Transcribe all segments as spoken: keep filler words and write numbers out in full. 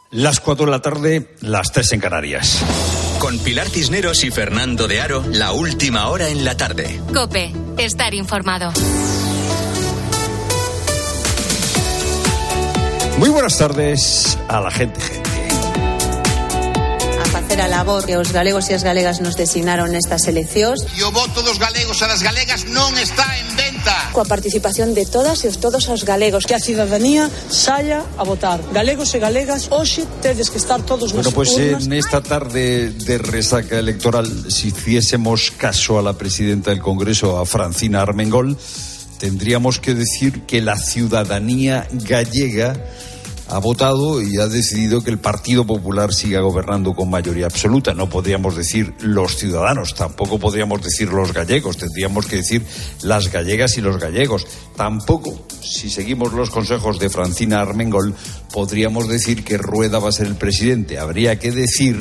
Las cuatro de la tarde, las tres en Canarias. Con Pilar Cisneros y Fernando de Aro, la última hora en la tarde. COPE, estar informado. Muy buenas tardes a la gente, gente. A facer a labor que os galegos e as galegas nos designaron nestas eleccións. E o voto dos galegos e das galegas non está en venta. Coa participación de todas e os todos os galegos. Que a cidadanía saia a votar. Galegos e galegas, hoxe tedes que estar todos nas urnas. Bueno, pues urnas. En esta tarde de resaca electoral, si hiciésemos caso a la presidenta del Congreso, a Francina Armengol, tendríamos que decir que la ciudadanía gallega ha votado y ha decidido que el Partido Popular siga gobernando con mayoría absoluta. No podríamos decir los ciudadanos, tampoco podríamos decir los gallegos, tendríamos que decir las gallegas y los gallegos. Tampoco, si seguimos los consejos de Francina Armengol, podríamos decir que Rueda va a ser el presidente. Habría que decir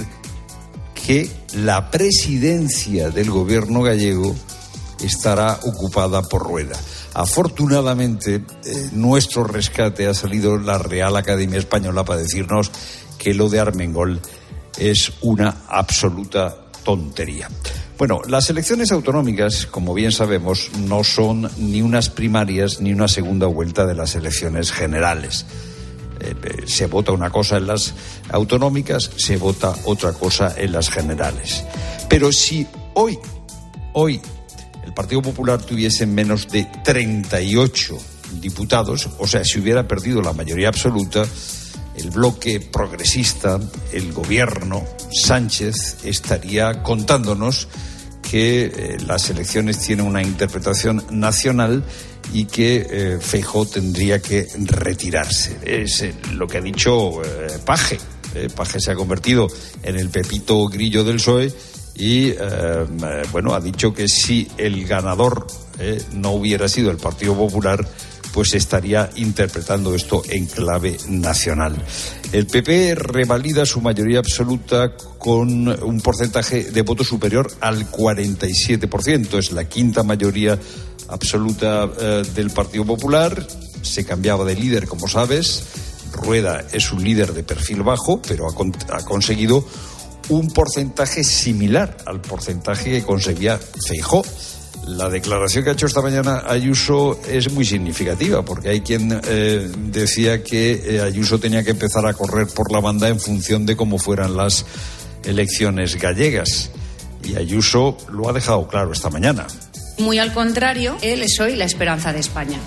que la presidencia del gobierno gallego estará ocupada por Rueda. Afortunadamente, eh, nuestro rescate ha salido la Real Academia Española para decirnos que lo de Armengol es una absoluta tontería. Bueno, las elecciones autonómicas, como bien sabemos, no son ni unas primarias ni una segunda vuelta de las elecciones generales. Eh, eh, se vota una cosa en las autonómicas, se vota otra cosa en las generales. Pero si hoy, hoy, el Partido Popular tuviese menos de treinta y ocho diputados, o sea, si hubiera perdido la mayoría absoluta, el bloque progresista, el gobierno, Sánchez, estaría contándonos que eh, las elecciones tienen una interpretación nacional y que eh, Feijóo tendría que retirarse. Es eh, lo que ha dicho eh, Paje. Eh, Paje se ha convertido en el Pepito Grillo del P S O E y, eh, bueno, ha dicho que si el ganador eh, no hubiera sido el Partido Popular, pues estaría interpretando esto en clave nacional. El P P revalida su mayoría absoluta con un porcentaje de voto superior al cuarenta y siete por ciento. Es la quinta mayoría absoluta eh, del Partido Popular. Se cambiaba de líder, como sabes. Rueda es un líder de perfil bajo, pero ha, con- ha conseguido un porcentaje similar al porcentaje que conseguía Feijóo. La declaración que ha hecho esta mañana Ayuso es muy significativa, porque hay quien eh, decía que eh, Ayuso tenía que empezar a correr por la banda en función de cómo fueran las elecciones gallegas. Y Ayuso lo ha dejado claro esta mañana. Muy al contrario, él es hoy la esperanza de España.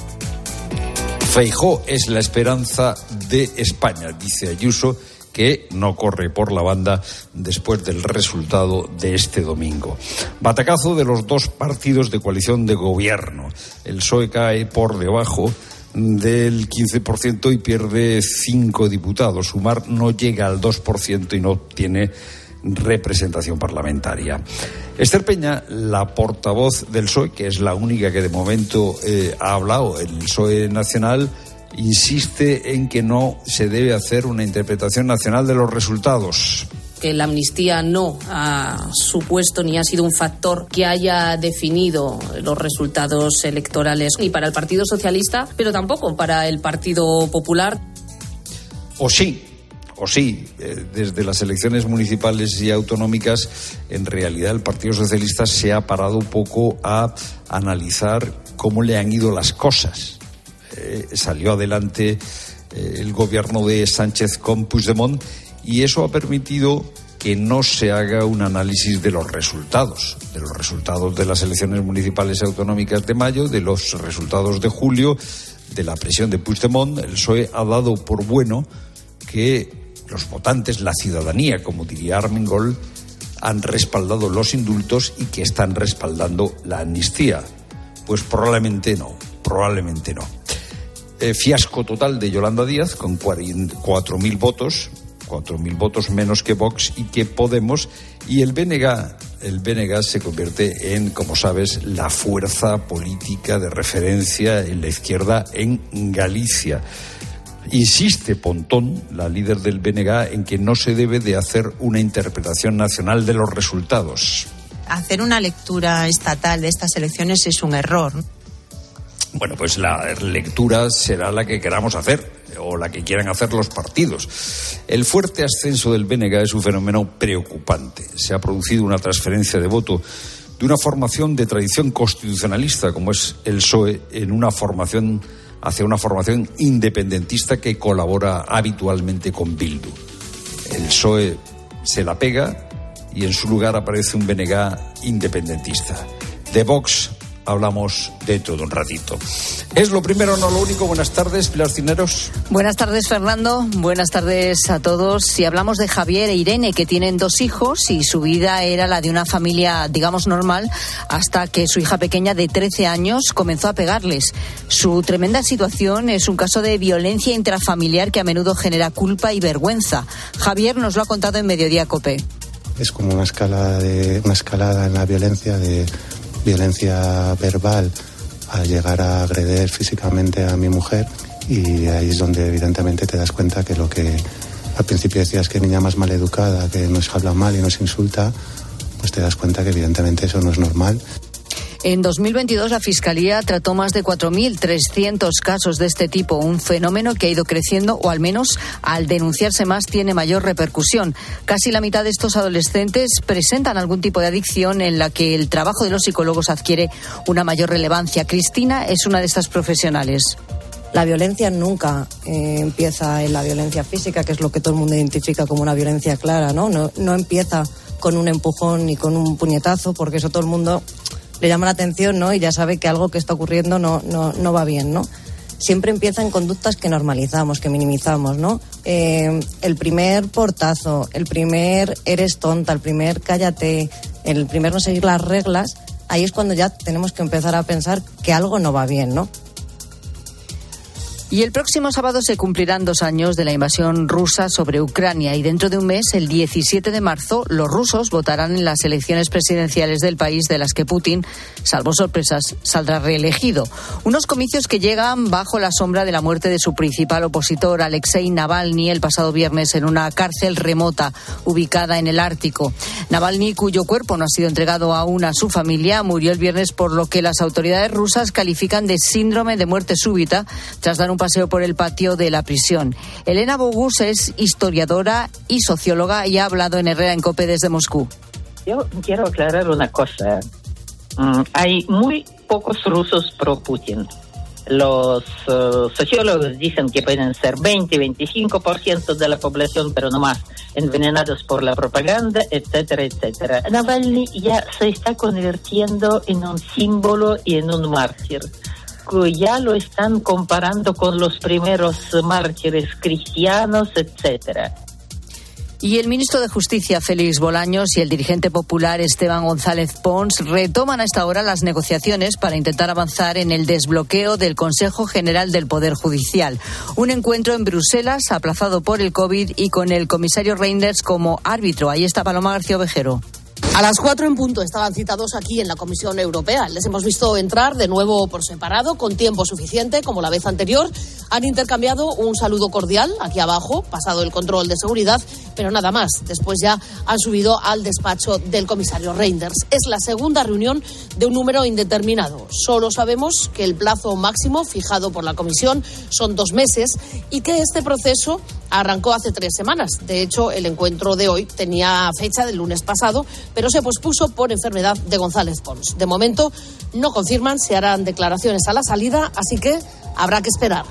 Feijóo es la esperanza de España, dice Ayuso, que no corre por la banda después del resultado de este domingo. Batacazo de los dos partidos de coalición de gobierno. El P S O E cae por debajo del quince por ciento y pierde cinco diputados. Sumar no llega al dos por ciento y no tiene representación parlamentaria. Esther Peña, la portavoz del P S O E, que es la única que de momento eh, ha hablado, el P S O E nacional, insiste en que no se debe hacer una interpretación nacional de los resultados. Que la amnistía no ha supuesto ni ha sido un factor que haya definido los resultados electorales ni para el Partido Socialista, pero tampoco para el Partido Popular. O sí, o sí, eh, desde las elecciones municipales y autonómicas, en realidad el Partido Socialista se ha parado un poco a analizar cómo le han ido las cosas. Eh, salió adelante eh, el gobierno de Sánchez con Puigdemont y eso ha permitido que no se haga un análisis de los resultados, de los resultados de las elecciones municipales y autonómicas de mayo, de los resultados de julio, de la presión de Puigdemont. El P S O E ha dado por bueno que los votantes, la ciudadanía, como diría Armengol, han respaldado los indultos y que están respaldando la amnistía. Pues probablemente no, probablemente no. Eh, fiasco total de Yolanda Díaz con cuatro mil votos, cuatro mil votos menos que Vox y que Podemos, y el B N G, el B N G se convierte en, como sabes, la fuerza política de referencia en la izquierda en Galicia. Insiste Pontón, la líder del B N G, en que no se debe de hacer una interpretación nacional de los resultados. Hacer una lectura estatal de estas elecciones es un error. Bueno, pues la lectura será la que queramos hacer. o la que quieran hacer los partidos. El fuerte ascenso del B N G es un fenómeno preocupante. Se ha producido una transferencia de voto de una formación de tradición constitucionalista como es el P S O E en una formación hacia una formación independentista que colabora habitualmente con Bildu. El P S O E se la pega y en su lugar aparece un B N G independentista. De Vox hablamos dentro de un ratito. Es lo primero, no lo único. Buenas tardes, Pilar Cisneros. Buenas tardes, Fernando. Buenas tardes a todos. Si hablamos de Javier e Irene, que tienen dos hijos y su vida era la de una familia, digamos, normal, hasta que su hija pequeña de trece años comenzó a pegarles. Su tremenda situación es un caso de violencia intrafamiliar que a menudo genera culpa y vergüenza. Javier nos lo ha contado en Mediodía COPE. Es como una escalada, de, una escalada en la violencia, de violencia verbal al llegar a agredir físicamente a mi mujer, y ahí es donde evidentemente te das cuenta que lo que al principio decías que niña más maleducada, que nos habla mal y nos insulta, pues te das cuenta que evidentemente eso no es normal. En dos mil veintidós la Fiscalía trató más de cuatro mil trescientos casos de este tipo, un fenómeno que ha ido creciendo, o al menos al denunciarse más tiene mayor repercusión. Casi la mitad de estos adolescentes presentan algún tipo de adicción en la que el trabajo de los psicólogos adquiere una mayor relevancia. Cristina es una de estas profesionales. La violencia nunca eh, empieza en la violencia física, que es lo que todo el mundo identifica como una violencia clara, ¿no? No, no empieza con un empujón ni con un puñetazo, porque eso todo el mundo le llama la atención, ¿no? Y ya sabe que algo que está ocurriendo no, no, no va bien, ¿no? Siempre empieza en conductas que normalizamos, que minimizamos, ¿no? Eh, el primer portazo, el primer eres tonta, el primer cállate, el primer no seguir las reglas, ahí es cuando ya tenemos que empezar a pensar que algo no va bien, ¿no? Y el próximo sábado se cumplirán dos años de la invasión rusa sobre Ucrania y dentro de un mes, el diecisiete de marzo, los rusos votarán en las elecciones presidenciales del país de las que Putin, salvo sorpresas, saldrá reelegido. Unos comicios que llegan bajo la sombra de la muerte de su principal opositor, Alexei Navalny, el pasado viernes en una cárcel remota ubicada en el Ártico. Navalny, cuyo cuerpo no ha sido entregado aún a su familia, murió el viernes por lo que las autoridades rusas califican de síndrome de muerte súbita tras dar un paseo por el patio de la prisión. Elena Bogus es historiadora y socióloga y ha hablado en Herrera en COPE desde Moscú. Yo quiero aclarar una cosa. Mm, hay muy pocos rusos pro Putin. Los uh, sociólogos dicen que pueden ser veinte a veinticinco por ciento de la población, pero no más, envenenados por la propaganda, etcétera, etcétera. Navalny ya se está convirtiendo en un símbolo y en un mártir. Ya lo están comparando con los primeros mártires cristianos, etcétera. Y el ministro de Justicia, Félix Bolaños, y el dirigente popular, Esteban González Pons, retoman a esta hora las negociaciones para intentar avanzar en el desbloqueo del Consejo General del Poder Judicial. Un encuentro en Bruselas, aplazado por el COVID y con el comisario Reinders como árbitro. Ahí está Paloma García Ovejero. A las cuatro en punto estaban citados aquí en la Comisión Europea. Les hemos visto entrar de nuevo por separado, con tiempo suficiente, como la vez anterior. Han intercambiado un saludo cordial aquí abajo, pasado el control de seguridad, pero nada más. Después ya han subido al despacho del comisario Reinders. Es la segunda reunión de un número indeterminado. Solo sabemos que el plazo máximo fijado por la Comisión son dos meses y que este proceso arrancó hace tres semanas. De hecho, el encuentro de hoy tenía fecha del lunes pasado, pero se pospuso por enfermedad de González Pons. De momento no confirman si harán declaraciones a la salida, así que habrá que esperar.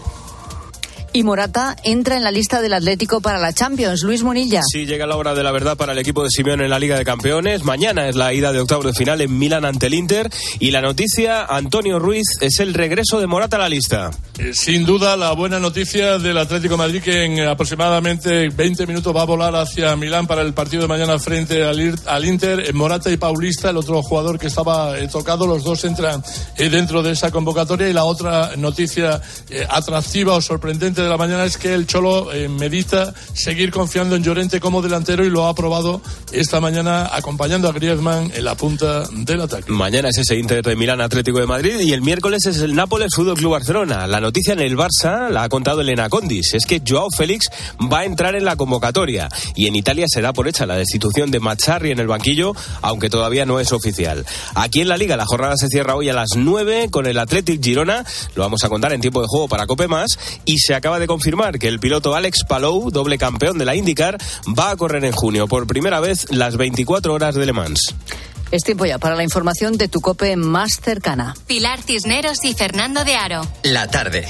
Y Morata entra en la lista del Atlético para la Champions. Luis Munilla. Sí, llega la hora de la verdad para el equipo de Simeone en la Liga de Campeones. Mañana es la ida de octavos de final en Milán ante el Inter. Y la noticia, Antonio Ruiz, es el regreso de Morata a la lista. Eh, sin duda, la buena noticia del Atlético de Madrid, que en aproximadamente veinte minutos va a volar hacia Milán para el partido de mañana frente al, al Inter. Eh, Morata y Paulista, el otro jugador que estaba eh, tocado, los dos entran eh, dentro de esa convocatoria. Y la otra noticia eh, atractiva o sorprendente de la mañana es que el Cholo eh, medita seguir confiando en Llorente como delantero y lo ha aprobado esta mañana acompañando a Griezmann en la punta del ataque. Mañana es ese Inter de Milán Atlético de Madrid y el miércoles es el Nápoles Fútbol Club Barcelona. La noticia en el Barça la ha contado Elena Condis, es que Joao Félix va a entrar en la convocatoria y en Italia se da por hecha la destitución de Mazzarri en el banquillo, aunque todavía no es oficial. Aquí en la Liga la jornada se cierra hoy a las nueve con el Athletic Girona, lo vamos a contar en tiempo de juego para Cope Más, y se acaba acaba de confirmar que el piloto Alex Palou, doble campeón de la IndyCar, va a correr en junio por primera vez las veinticuatro horas de Le Mans. Es tiempo ya para la información de tu COPE más cercana. Pilar Cisneros y Fernando de Aro. La tarde.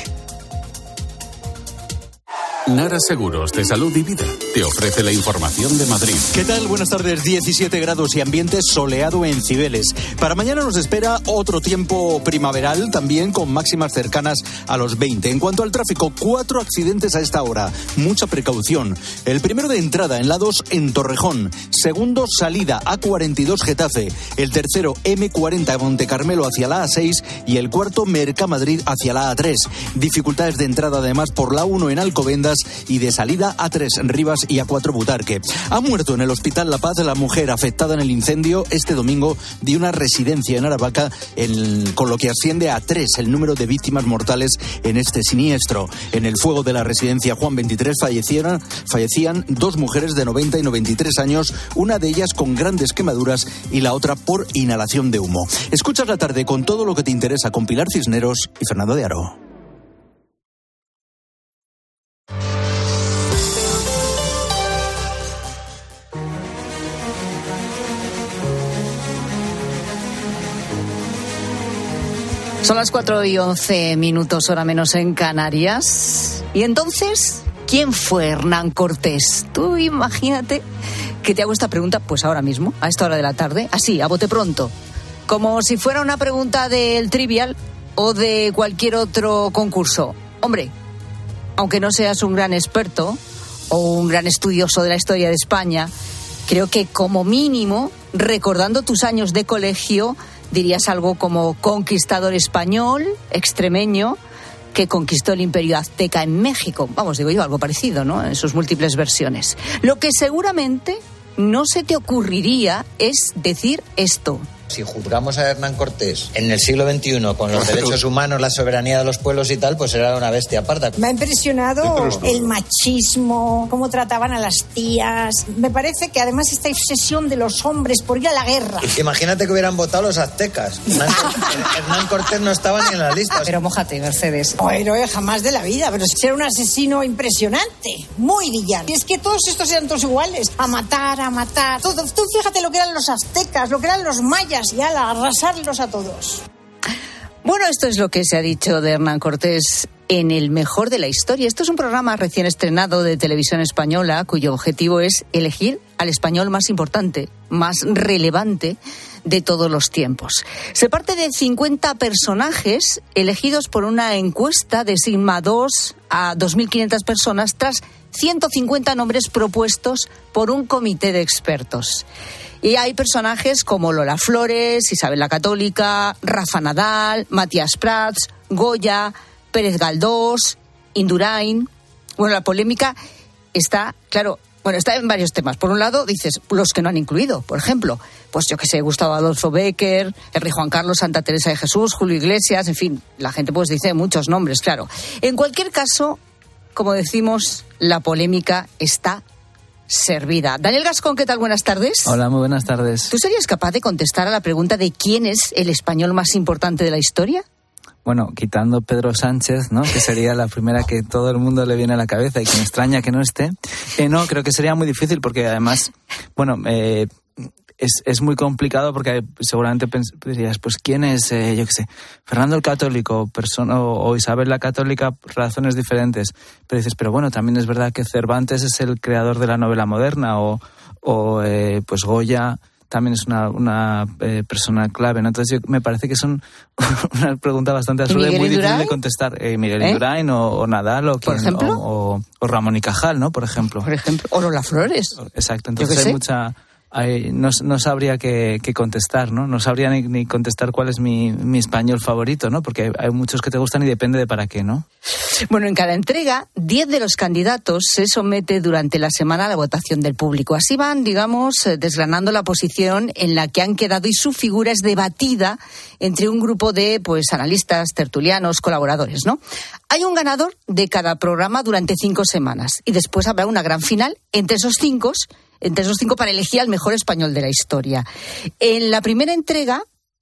Nara Seguros de Salud y Vida te ofrece la información de Madrid. ¿Qué tal? Buenas tardes. diecisiete grados y ambiente soleado en Cibeles. Para mañana nos espera otro tiempo primaveral, también con máximas cercanas a los veinte. En cuanto al tráfico, cuatro accidentes a esta hora. Mucha precaución. El primero de entrada en la dos en Torrejón. Segundo, salida A cuarenta y dos Getafe. El tercero, eme cuarenta Monte Carmelo hacia la A seis. Y el cuarto, Mercamadrid hacia la A tres. Dificultades de entrada además por la uno en Alcobendas y de salida A tres Rivas y A cuatro Butarque. Ha muerto en el Hospital La Paz la mujer afectada en el incendio este domingo de una residencia en Aravaca, en, con lo que asciende a tres el número de víctimas mortales en este siniestro. En el fuego de la residencia Juan veintitrés fallecieron, fallecían dos mujeres de noventa y noventa y tres años, una de ellas con grandes quemaduras y la otra por inhalación de humo. Escuchas La Tarde con todo lo que te interesa con Pilar Cisneros y Fernando de Aro. Son las cuatro y once minutos, hora menos en Canarias. Y entonces, ¿quién fue Hernán Cortés? Tú imagínate que te hago esta pregunta, pues ahora mismo, a esta hora de la tarde, así, a bote pronto. Como si fuera una pregunta del Trivial o de cualquier otro concurso. Hombre, aunque no seas un gran experto o un gran estudioso de la historia de España, creo que como mínimo, recordando tus años de colegio, dirías algo como conquistador español, extremeño, que conquistó el imperio azteca en México. Vamos, digo yo, algo parecido, ¿no? En sus múltiples versiones. Lo que seguramente no se te ocurriría es decir esto. Si juzgamos a Hernán Cortés en el siglo veintiuno con los derechos humanos, la soberanía de los pueblos y tal, pues era una bestia aparta. Me ha impresionado el machismo, cómo trataban a las tías. Me parece que además esta obsesión de los hombres por ir a la guerra. Imagínate que hubieran votado los aztecas. Hernán, Hernán Cortés no estaba ni en las listas. Pero mójate, Mercedes. No héroe jamás de la vida, pero era un asesino impresionante, muy villano. Y es que todos estos eran todos iguales, a matar, a matar. Todo. Tú fíjate lo que eran los aztecas, lo que eran los mayas, y a arrasarlos a todos. Bueno, esto es lo que se ha dicho de Hernán Cortés en El Mejor de la Historia. Esto es un programa recién estrenado de Televisión Española cuyo objetivo es elegir al español más importante, más relevante de todos los tiempos. Se parte de cincuenta personajes elegidos por una encuesta de Sigma dos a dos mil quinientas personas tras ciento cincuenta nombres propuestos por un comité de expertos. Y hay personajes como Lola Flores, Isabel la Católica, Rafa Nadal, Matías Prats, Goya, Pérez Galdós, Indurain. Bueno, la polémica está, claro, bueno, está en varios temas. Por un lado, dices, los que no han incluido, por ejemplo, pues yo que sé, Gustavo Adolfo Bécquer, el rey Juan Carlos, Santa Teresa de Jesús, Julio Iglesias, en fin, la gente pues dice muchos nombres, claro. En cualquier caso, como decimos, la polémica está servida. Daniel Gascón, ¿qué tal? Buenas tardes. Hola, muy buenas tardes. ¿Tú serías capaz de contestar a la pregunta de quién es el español más importante de la historia? Bueno, quitando Pedro Sánchez, ¿no? Que sería la primera que todo el mundo le viene a la cabeza y que me extraña que no esté. Eh, no, creo que sería muy difícil porque además, bueno, eh, es, es muy complicado porque seguramente pensarías, pues, ¿quién es, eh, yo qué sé, Fernando el Católico persona, o, o Isabel la Católica? Razones diferentes. Pero dices, pero bueno, también es verdad que Cervantes es el creador de la novela moderna o, o eh, pues Goya también es una, una eh, persona clave, ¿no? Entonces yo, me parece que son una pregunta bastante absurda y muy Indurain? difícil de contestar. Eh, Miguel ¿Eh? Indurain o, o Nadal o, quien, ¿Por ejemplo? O, o, o Ramón y Cajal, ¿no? Por ejemplo. Por ejemplo. O Lola Flores. Exacto. Entonces hay sé. mucha... Hay, no, no sabría qué, qué contestar, ¿no? No sabría ni, ni contestar cuál es mi, mi español favorito, ¿no? Porque hay, hay muchos que te gustan y depende de para qué, ¿no? Bueno, en cada entrega, diez de los candidatos se somete durante la semana a la votación del público. Así van, digamos, desgranando la posición en la que han quedado y su figura es debatida entre un grupo de, pues, analistas, tertulianos, colaboradores, ¿no? Hay un ganador de cada programa durante cinco semanas y después habrá una gran final entre esos cinco... entre esos cinco para elegir al mejor español de la historia. En la primera entrega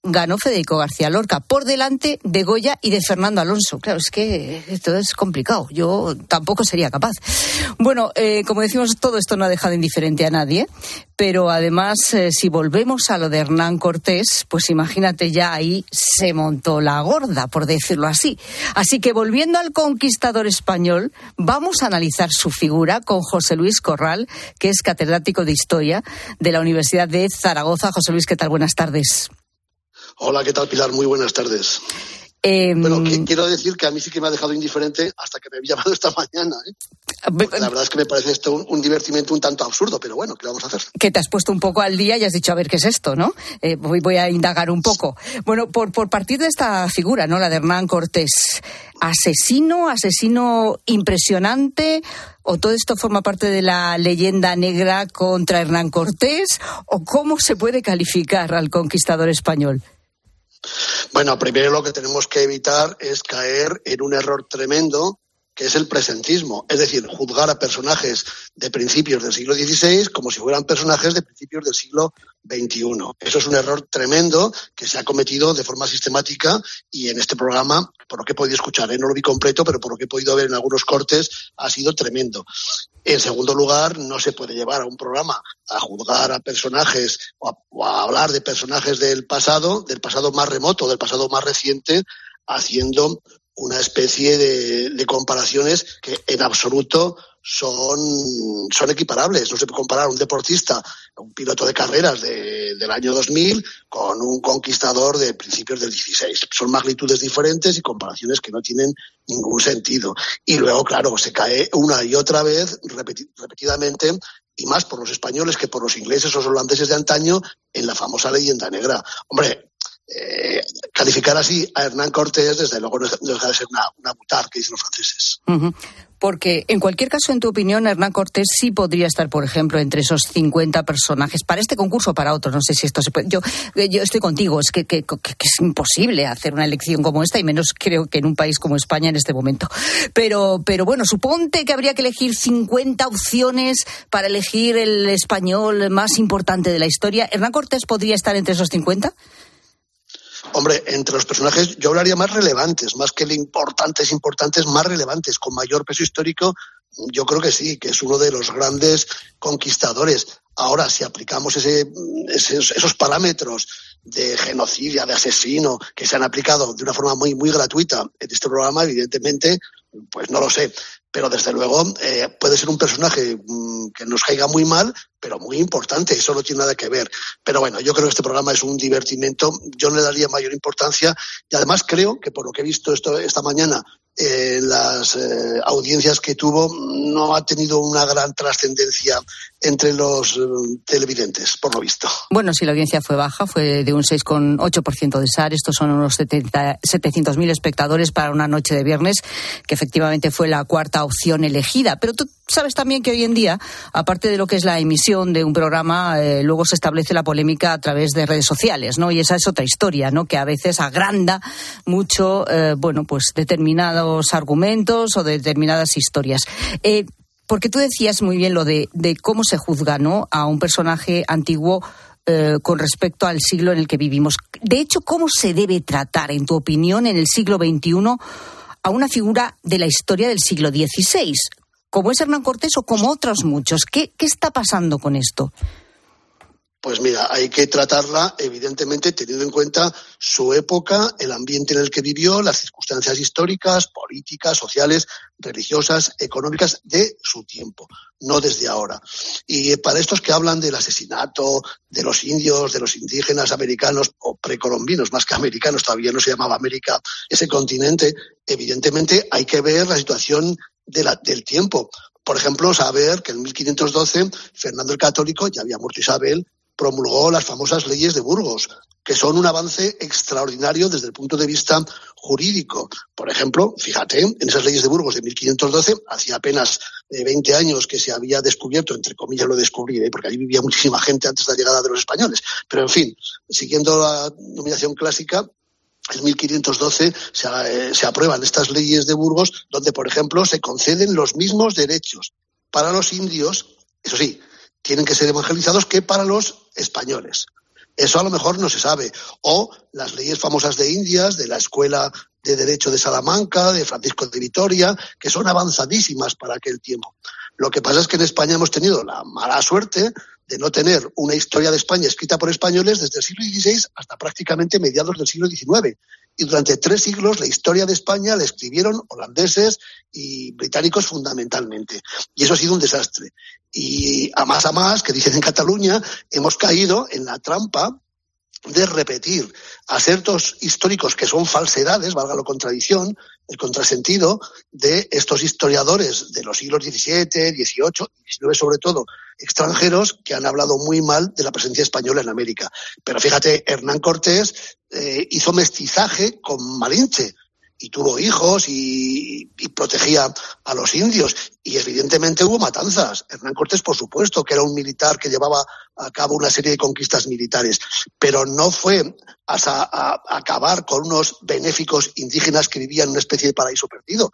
ganó Federico García Lorca, por delante de Goya y de Fernando Alonso. Claro, es que esto es complicado. Yo tampoco sería capaz. Bueno, eh, como decimos, todo esto no ha dejado indiferente a nadie, pero además, eh, si volvemos a lo de Hernán Cortés, pues imagínate, ya ahí se montó la gorda, por decirlo así. Así que volviendo al conquistador español, vamos a analizar su figura con José Luis Corral, que es catedrático de Historia de la Universidad de Zaragoza. José Luis, ¿qué tal? Buenas tardes. Hola, ¿qué tal, Pilar? Muy buenas tardes. Eh, bueno, que, quiero decir que a mí sí que me ha dejado indiferente hasta que me había llamado esta mañana. ¿eh? La verdad es que me parece esto un, un divertimento un tanto absurdo, pero bueno, ¿qué vamos a hacer? Que te has puesto un poco al día y has dicho, a ver, ¿qué es esto, no? Eh, voy, voy a indagar un poco. Bueno, por, por partir de esta figura, ¿no? La de Hernán Cortés. ¿Asesino, asesino impresionante? ¿O todo esto forma parte de la leyenda negra contra Hernán Cortés? ¿O cómo se puede calificar al conquistador español? Bueno, primero lo que tenemos que evitar es caer en un error tremendo, que es el presentismo, es decir, juzgar a personajes de principios del siglo dieciséis como si fueran personajes de principios del siglo veintiuno. Eso es un error tremendo que se ha cometido de forma sistemática y en este programa, por lo que he podido escuchar, ¿eh? No lo vi completo, pero por lo que he podido ver en algunos cortes, ha sido tremendo. En segundo lugar, no se puede llevar a un programa a juzgar a personajes o a, o a hablar de personajes del pasado, del pasado más remoto, del pasado más reciente, haciendo una especie de, de comparaciones que en absoluto son, son equiparables. No se puede comparar un deportista, un piloto de carreras de, del año dos mil con un conquistador de principios del dieciséis. Son magnitudes diferentes y comparaciones que no tienen ningún sentido. Y luego, claro, se cae una y otra vez, repeti- repetidamente, y más por los españoles que por los ingleses o los holandeses de antaño, en la famosa leyenda negra. Hombre, Eh, calificar así a Hernán Cortés, desde luego, no deja de ser una, una butar, que dicen los franceses. Uh-huh. Porque, en cualquier caso, en tu opinión, Hernán Cortés sí podría estar, por ejemplo, entre esos cincuenta personajes para este concurso o para otro. No sé si esto se puede. Yo, yo estoy contigo, es que, que, que, que es imposible hacer una elección como esta, y menos creo que en un país como España en este momento. Pero, pero bueno, suponte que habría que elegir cincuenta opciones para elegir el español más importante de la historia. ¿Hernán Cortés podría estar entre esos cincuenta? Hombre, entre los personajes yo hablaría más relevantes, más que importantes, importantes, más relevantes, con mayor peso histórico. Yo creo que sí, que es uno de los grandes conquistadores. Ahora, si aplicamos ese, esos, esos parámetros de genocidio, de asesino, que se han aplicado de una forma muy, muy gratuita en este programa, evidentemente, pues no lo sé. Pero desde luego eh, puede ser un personaje mmm, que nos caiga muy mal, pero muy importante, eso no tiene nada que ver. Pero bueno, yo creo que este programa es un divertimento, yo no le daría mayor importancia y además creo que por lo que he visto esto esta mañana en eh, las eh, audiencias que tuvo, no ha tenido una gran trascendencia entre los eh, televidentes, por lo visto. Bueno, si la audiencia fue baja, fue de un seis coma ocho por ciento de S A R, estos son unos setecientos mil espectadores para una noche de viernes, que efectivamente fue la cuarta opción elegida. Pero tú sabes también que hoy en día, aparte de lo que es la emisión de un programa, eh, luego se establece la polémica a través de redes sociales, ¿no? Y esa es otra historia, ¿no? Que a veces agranda mucho, eh, bueno, pues determinados argumentos o determinadas historias. Eh, porque tú decías muy bien lo de, de cómo se juzga, ¿no?, a un personaje antiguo eh, con respecto al siglo en el que vivimos. De hecho, ¿cómo se debe tratar, en tu opinión, en el siglo veintiuno a una figura de la historia del siglo dieciséis, como es Hernán Cortés o como otros muchos? ¿Qué, qué está pasando con esto? Pues mira, hay que tratarla, evidentemente, teniendo en cuenta su época, el ambiente en el que vivió, las circunstancias históricas, políticas, sociales, religiosas, económicas de su tiempo, no desde ahora. Y para estos que hablan del asesinato de los indios, de los indígenas americanos o precolombinos, más que americanos, todavía no se llamaba América ese continente, evidentemente hay que ver la situación de la, del tiempo. Por ejemplo, saber que en mil quinientos doce Fernando el Católico, ya había muerto Isabel, promulgó las famosas leyes de Burgos, que son un avance extraordinario desde el punto de vista jurídico. Por ejemplo, fíjate, en esas leyes de Burgos de mil quinientos doce, hacía apenas eh, veinte años que se había descubierto, entre comillas lo descubrí, ¿eh? porque allí vivía muchísima gente antes de la llegada de los españoles, pero en fin, siguiendo la denominación clásica, en mil quinientos doce se, eh, se aprueban estas leyes de Burgos, donde, por ejemplo, se conceden los mismos derechos para los indios, eso sí, tienen que ser evangelizados, que para los españoles. Eso a lo mejor no se sabe. O las leyes famosas de Indias, de la Escuela de Derecho de Salamanca, de Francisco de Vitoria, que son avanzadísimas para aquel tiempo. Lo que pasa es que en España hemos tenido la mala suerte de no tener una historia de España escrita por españoles desde el siglo dieciséis hasta prácticamente mediados del siglo diecinueve. Y durante tres siglos la historia de España la escribieron holandeses y británicos fundamentalmente. Y eso ha sido un desastre. Y a más a más, que dicen en Cataluña, hemos caído en la trampa de repetir acertos históricos que son falsedades, valga la contradicción, el contrasentido de estos historiadores de los siglos diecisiete, dieciocho y diecinueve sobre todo, extranjeros que han hablado muy mal de la presencia española en América. Pero fíjate, Hernán Cortés eh, hizo mestizaje con Malinche y tuvo hijos y, y protegía a los indios. Y evidentemente hubo matanzas. Hernán Cortés, por supuesto, que era un militar que llevaba a cabo una serie de conquistas militares, pero no fue hasta a, a acabar con unos benéficos indígenas que vivían en una especie de paraíso perdido.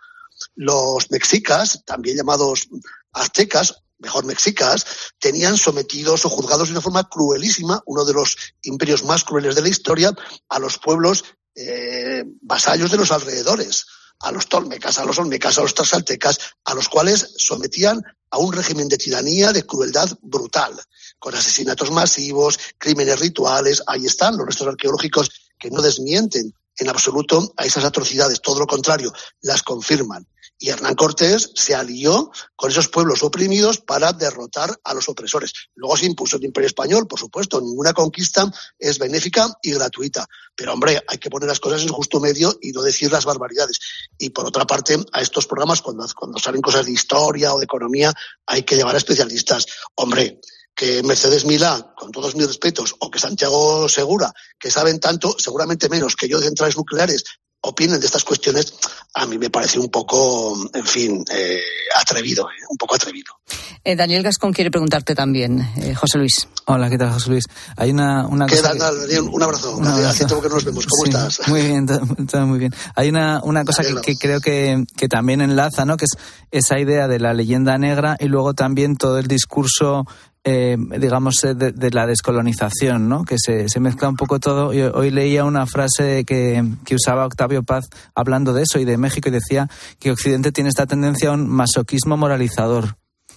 Los mexicas, también llamados aztecas, mejor mexicas, tenían sometidos o juzgados de una forma cruelísima, uno de los imperios más crueles de la historia, a los pueblos eh, vasallos de los alrededores, a los tolmecas, a los olmecas, a los tlaxcaltecas, a los cuales sometían a un régimen de tiranía, de crueldad brutal, con asesinatos masivos, crímenes rituales. Ahí están los restos arqueológicos que no desmienten en absoluto a esas atrocidades, todo lo contrario, las confirman. Y Hernán Cortés se alió con esos pueblos oprimidos para derrotar a los opresores. Luego se impuso el Imperio Español, por supuesto, ninguna conquista es benéfica y gratuita. Pero, hombre, hay que poner las cosas en su justo medio y no decir las barbaridades. Y, por otra parte, a estos programas, cuando, cuando salen cosas de historia o de economía, hay que llevar a especialistas. Hombre, que Mercedes Milá, con todos mis respetos, o que Santiago Segura, que saben tanto, seguramente menos que yo de centrales nucleares, opinen de estas cuestiones, a mí me parece un poco, en fin, eh, atrevido, eh, un poco atrevido. Eh, Daniel Gascón quiere preguntarte también, eh, José Luis. Hola, ¿qué tal, José Luis? Hay una, una ¿Qué cosa tal, que... Daniel? Un abrazo. Un abrazo. Hace tiempo que no nos vemos. ¿Cómo sí, estás? Muy bien, todo, todo muy bien. Hay una, una cosa que, que creo que, que también enlaza, ¿no? Que es esa idea de la leyenda negra y luego también todo el discurso Eh, digamos, de, de la descolonización, ¿no? Que se, se mezcla un poco todo. Yo hoy leía una frase que, que usaba Octavio Paz hablando de eso y de México y decía que Occidente tiene esta tendencia a un masoquismo moralizador.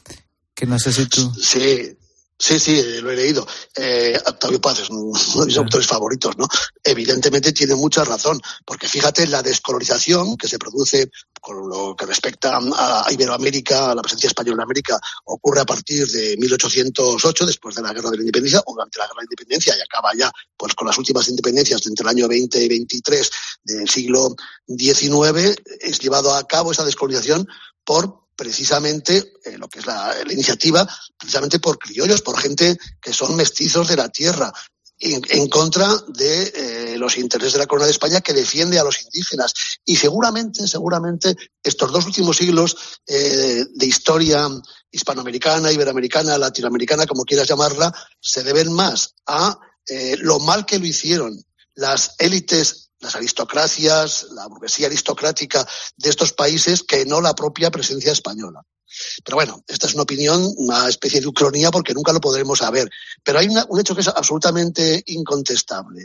Que no sé si tú... Sí. Sí, sí, lo he leído. Eh, Octavio Paz es uno de mis autores favoritos, ¿no? Evidentemente tiene mucha razón, porque fíjate, la descolonización que se produce con lo que respecta a Iberoamérica, a la presencia española en América, ocurre a partir de mil ochocientos ocho, después de la Guerra de la Independencia, o durante la Guerra de la Independencia, y acaba ya pues con las últimas independencias entre el año veinte y veintitrés del siglo diecinueve. Es llevado a cabo esa descolonización por precisamente eh, lo que es la, la iniciativa, precisamente por criollos, por gente que son mestizos de la tierra, en, en contra de eh, los intereses de la corona de España, que defiende a los indígenas. Y seguramente, seguramente, estos dos últimos siglos eh, de historia hispanoamericana, iberoamericana, latinoamericana, como quieras llamarla, se deben más a eh, lo mal que lo hicieron las élites, las aristocracias, la burguesía aristocrática de estos países, que no la propia presencia española. Pero bueno, esta es una opinión, una especie de ucronía, porque nunca lo podremos saber. Pero hay una, un hecho que es absolutamente incontestable.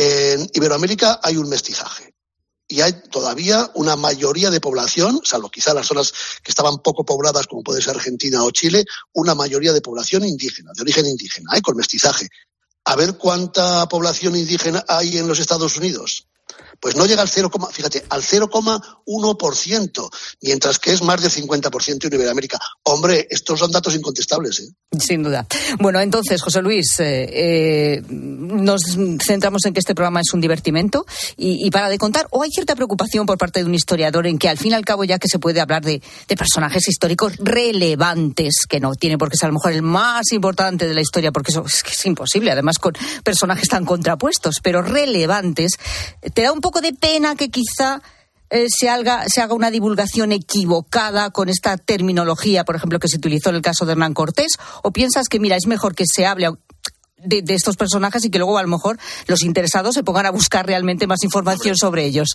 En Iberoamérica hay un mestizaje. Y hay todavía una mayoría de población, salvo quizá las zonas que estaban poco pobladas, como puede ser Argentina o Chile, una mayoría de población indígena, de origen indígena, ¿eh? Con mestizaje. A ver cuánta población indígena hay en los Estados Unidos. Pues no llega al cero, fíjate, al cero coma uno por ciento, mientras que es más del cincuenta por ciento en Iberoamérica. Hombre, estos son datos incontestables, ¿eh? Sin duda. Bueno, entonces, José Luis, eh, eh, nos centramos en que este programa es un divertimento y, y para de contar, o hay cierta preocupación por parte de un historiador en que al fin y al cabo, ya que se puede hablar de, de personajes históricos relevantes, que no tiene por qué ser a lo mejor el más importante de la historia, porque eso es que es imposible, además con personajes tan contrapuestos, pero relevantes, te da un poco de pena que quizá eh, se, haga, se haga una divulgación equivocada con esta terminología, por ejemplo, que se utilizó en el caso de Hernán Cortés, o piensas que, mira, es mejor que se hable de, de estos personajes y que luego a lo mejor los interesados se pongan a buscar realmente más información sobre ellos?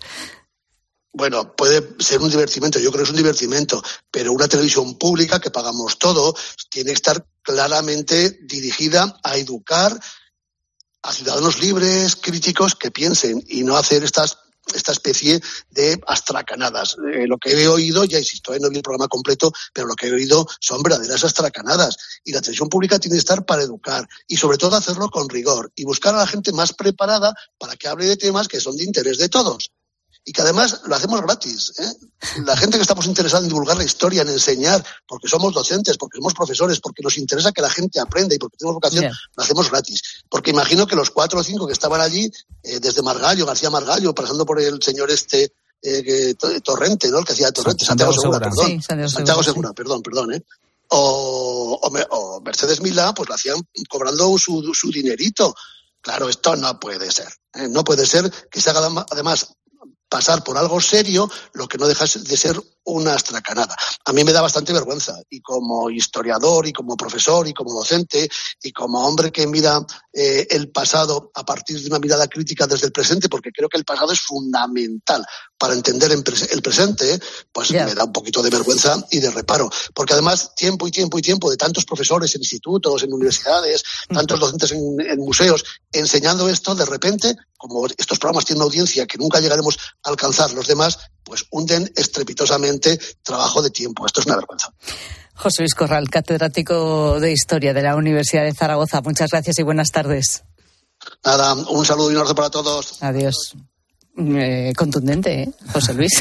Bueno, puede ser un divertimento, yo creo que es un divertimento, pero una televisión pública que pagamos todo tiene que estar claramente dirigida a educar a ciudadanos libres, críticos, que piensen y no hacer estas esta especie de astracanadas. Eh, lo que he oído, ya insisto, eh, no vi el programa completo, pero lo que he oído son verdaderas astracanadas. Y la televisión pública tiene que estar para educar y sobre todo hacerlo con rigor y buscar a la gente más preparada para que hable de temas que son de interés de todos. Y que además lo hacemos gratis, ¿eh? La gente que estamos interesados en divulgar la historia, en enseñar, porque somos docentes, porque somos profesores, porque nos interesa que la gente aprenda y porque tenemos vocación, yeah. Lo hacemos gratis. Porque imagino que los cuatro o cinco que estaban allí, eh, desde Margallo, García Margallo, pasando por el señor este eh, que, Torrente, ¿no? El que hacía Torrente, Santiago, Santiago Segura, Segura, perdón. Sí, Santiago, Santiago Segura, sí. perdón, perdón, ¿eh? O, o, o Mercedes Milá, pues lo hacían cobrando su, su dinerito. Claro, esto no puede ser. ¿eh? No puede ser que se haga además pasar por algo serio lo que no deja de ser una astracanada. A mí me da bastante vergüenza, y como historiador, y como profesor, y como docente, y como hombre que mira eh, el pasado a partir de una mirada crítica desde el presente, porque creo que el pasado es fundamental para entender el presente, pues yeah. me da un poquito de vergüenza y de reparo. Porque además, tiempo y tiempo y tiempo de tantos profesores en institutos, en universidades, tantos docentes en, en museos, enseñando esto, de repente, como estos programas tienen una audiencia que nunca llegaremos a alcanzar los demás, pues hunden estrepitosamente trabajo de tiempo. Esto es una vergüenza. José Luis Corral, catedrático de Historia de la Universidad de Zaragoza. Muchas gracias y buenas tardes. Nada, un saludo y un abrazo para todos. Adiós. Eh, contundente, ¿eh? José Luis.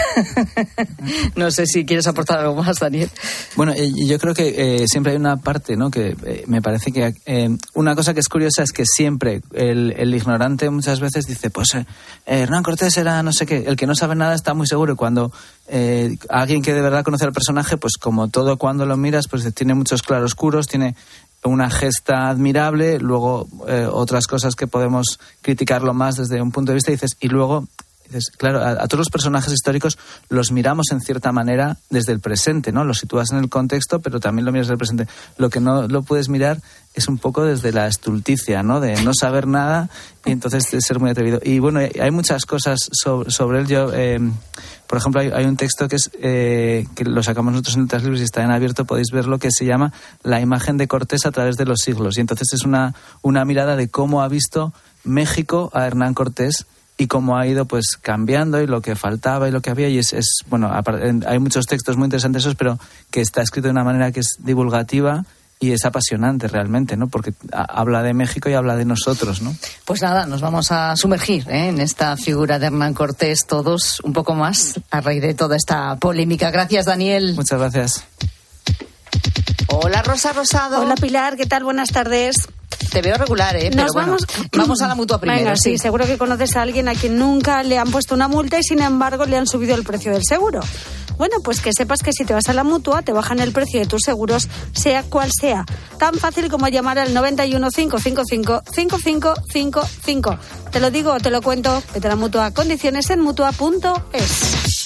No sé si quieres aportar algo más, Daniel. Bueno, eh, yo creo que eh, siempre hay una parte, ¿no? Que eh, me parece que eh, una cosa que es curiosa es que siempre el, el ignorante muchas veces dice, pues eh, Hernán Cortés era no sé qué, el que no sabe nada está muy seguro, y cuando eh, alguien que de verdad conoce al personaje, pues como todo cuando lo miras, pues tiene muchos claroscuros, tiene una gesta admirable, luego eh, otras cosas que podemos criticarlo más desde un punto de vista, y dices, y luego dices, claro, a, a todos los personajes históricos los miramos en cierta manera desde el presente, ¿no? Los sitúas en el contexto, pero también lo miras desde el presente. Lo que no lo puedes mirar es un poco desde la estulticia, ¿no? De no saber nada y entonces de ser muy atrevido. Y bueno, hay muchas cosas sobre, sobre él. Yo, eh, por ejemplo, hay, hay un texto que es eh, que lo sacamos nosotros en Letras Libres y está en abierto, podéis verlo, que se llama La imagen de Cortés a través de los siglos. Y entonces es una, una mirada de cómo ha visto México a Hernán Cortés y cómo ha ido pues cambiando y lo que faltaba y lo que había. Y es, es bueno, hay muchos textos muy interesantes esos, pero que está escrito de una manera que es divulgativa y es apasionante realmente, ¿no? Porque habla de México y habla de nosotros, ¿no? Pues nada, nos vamos a sumergir ¿eh? en esta figura de Hernán Cortés todos un poco más a raíz de toda esta polémica. Gracias, Daniel. Muchas gracias. Hola, Rosa Rosado. Hola, Pilar, ¿qué tal? Buenas tardes. Te veo regular, ¿eh? Pero Nos bueno, vamos... vamos a la mutua primero. Venga, sí. sí, seguro que conoces a alguien a quien nunca le han puesto una multa y sin embargo le han subido el precio del seguro. Bueno, pues que sepas que si te vas a la mutua te bajan el precio de tus seguros, sea cual sea. Tan fácil como llamar al noventa y uno, cincuenta y cinco, cincuenta y cinco cincuenta y cinco. Te lo digo, te lo cuento. Vete a la mutua. Condiciones en mutua punto es.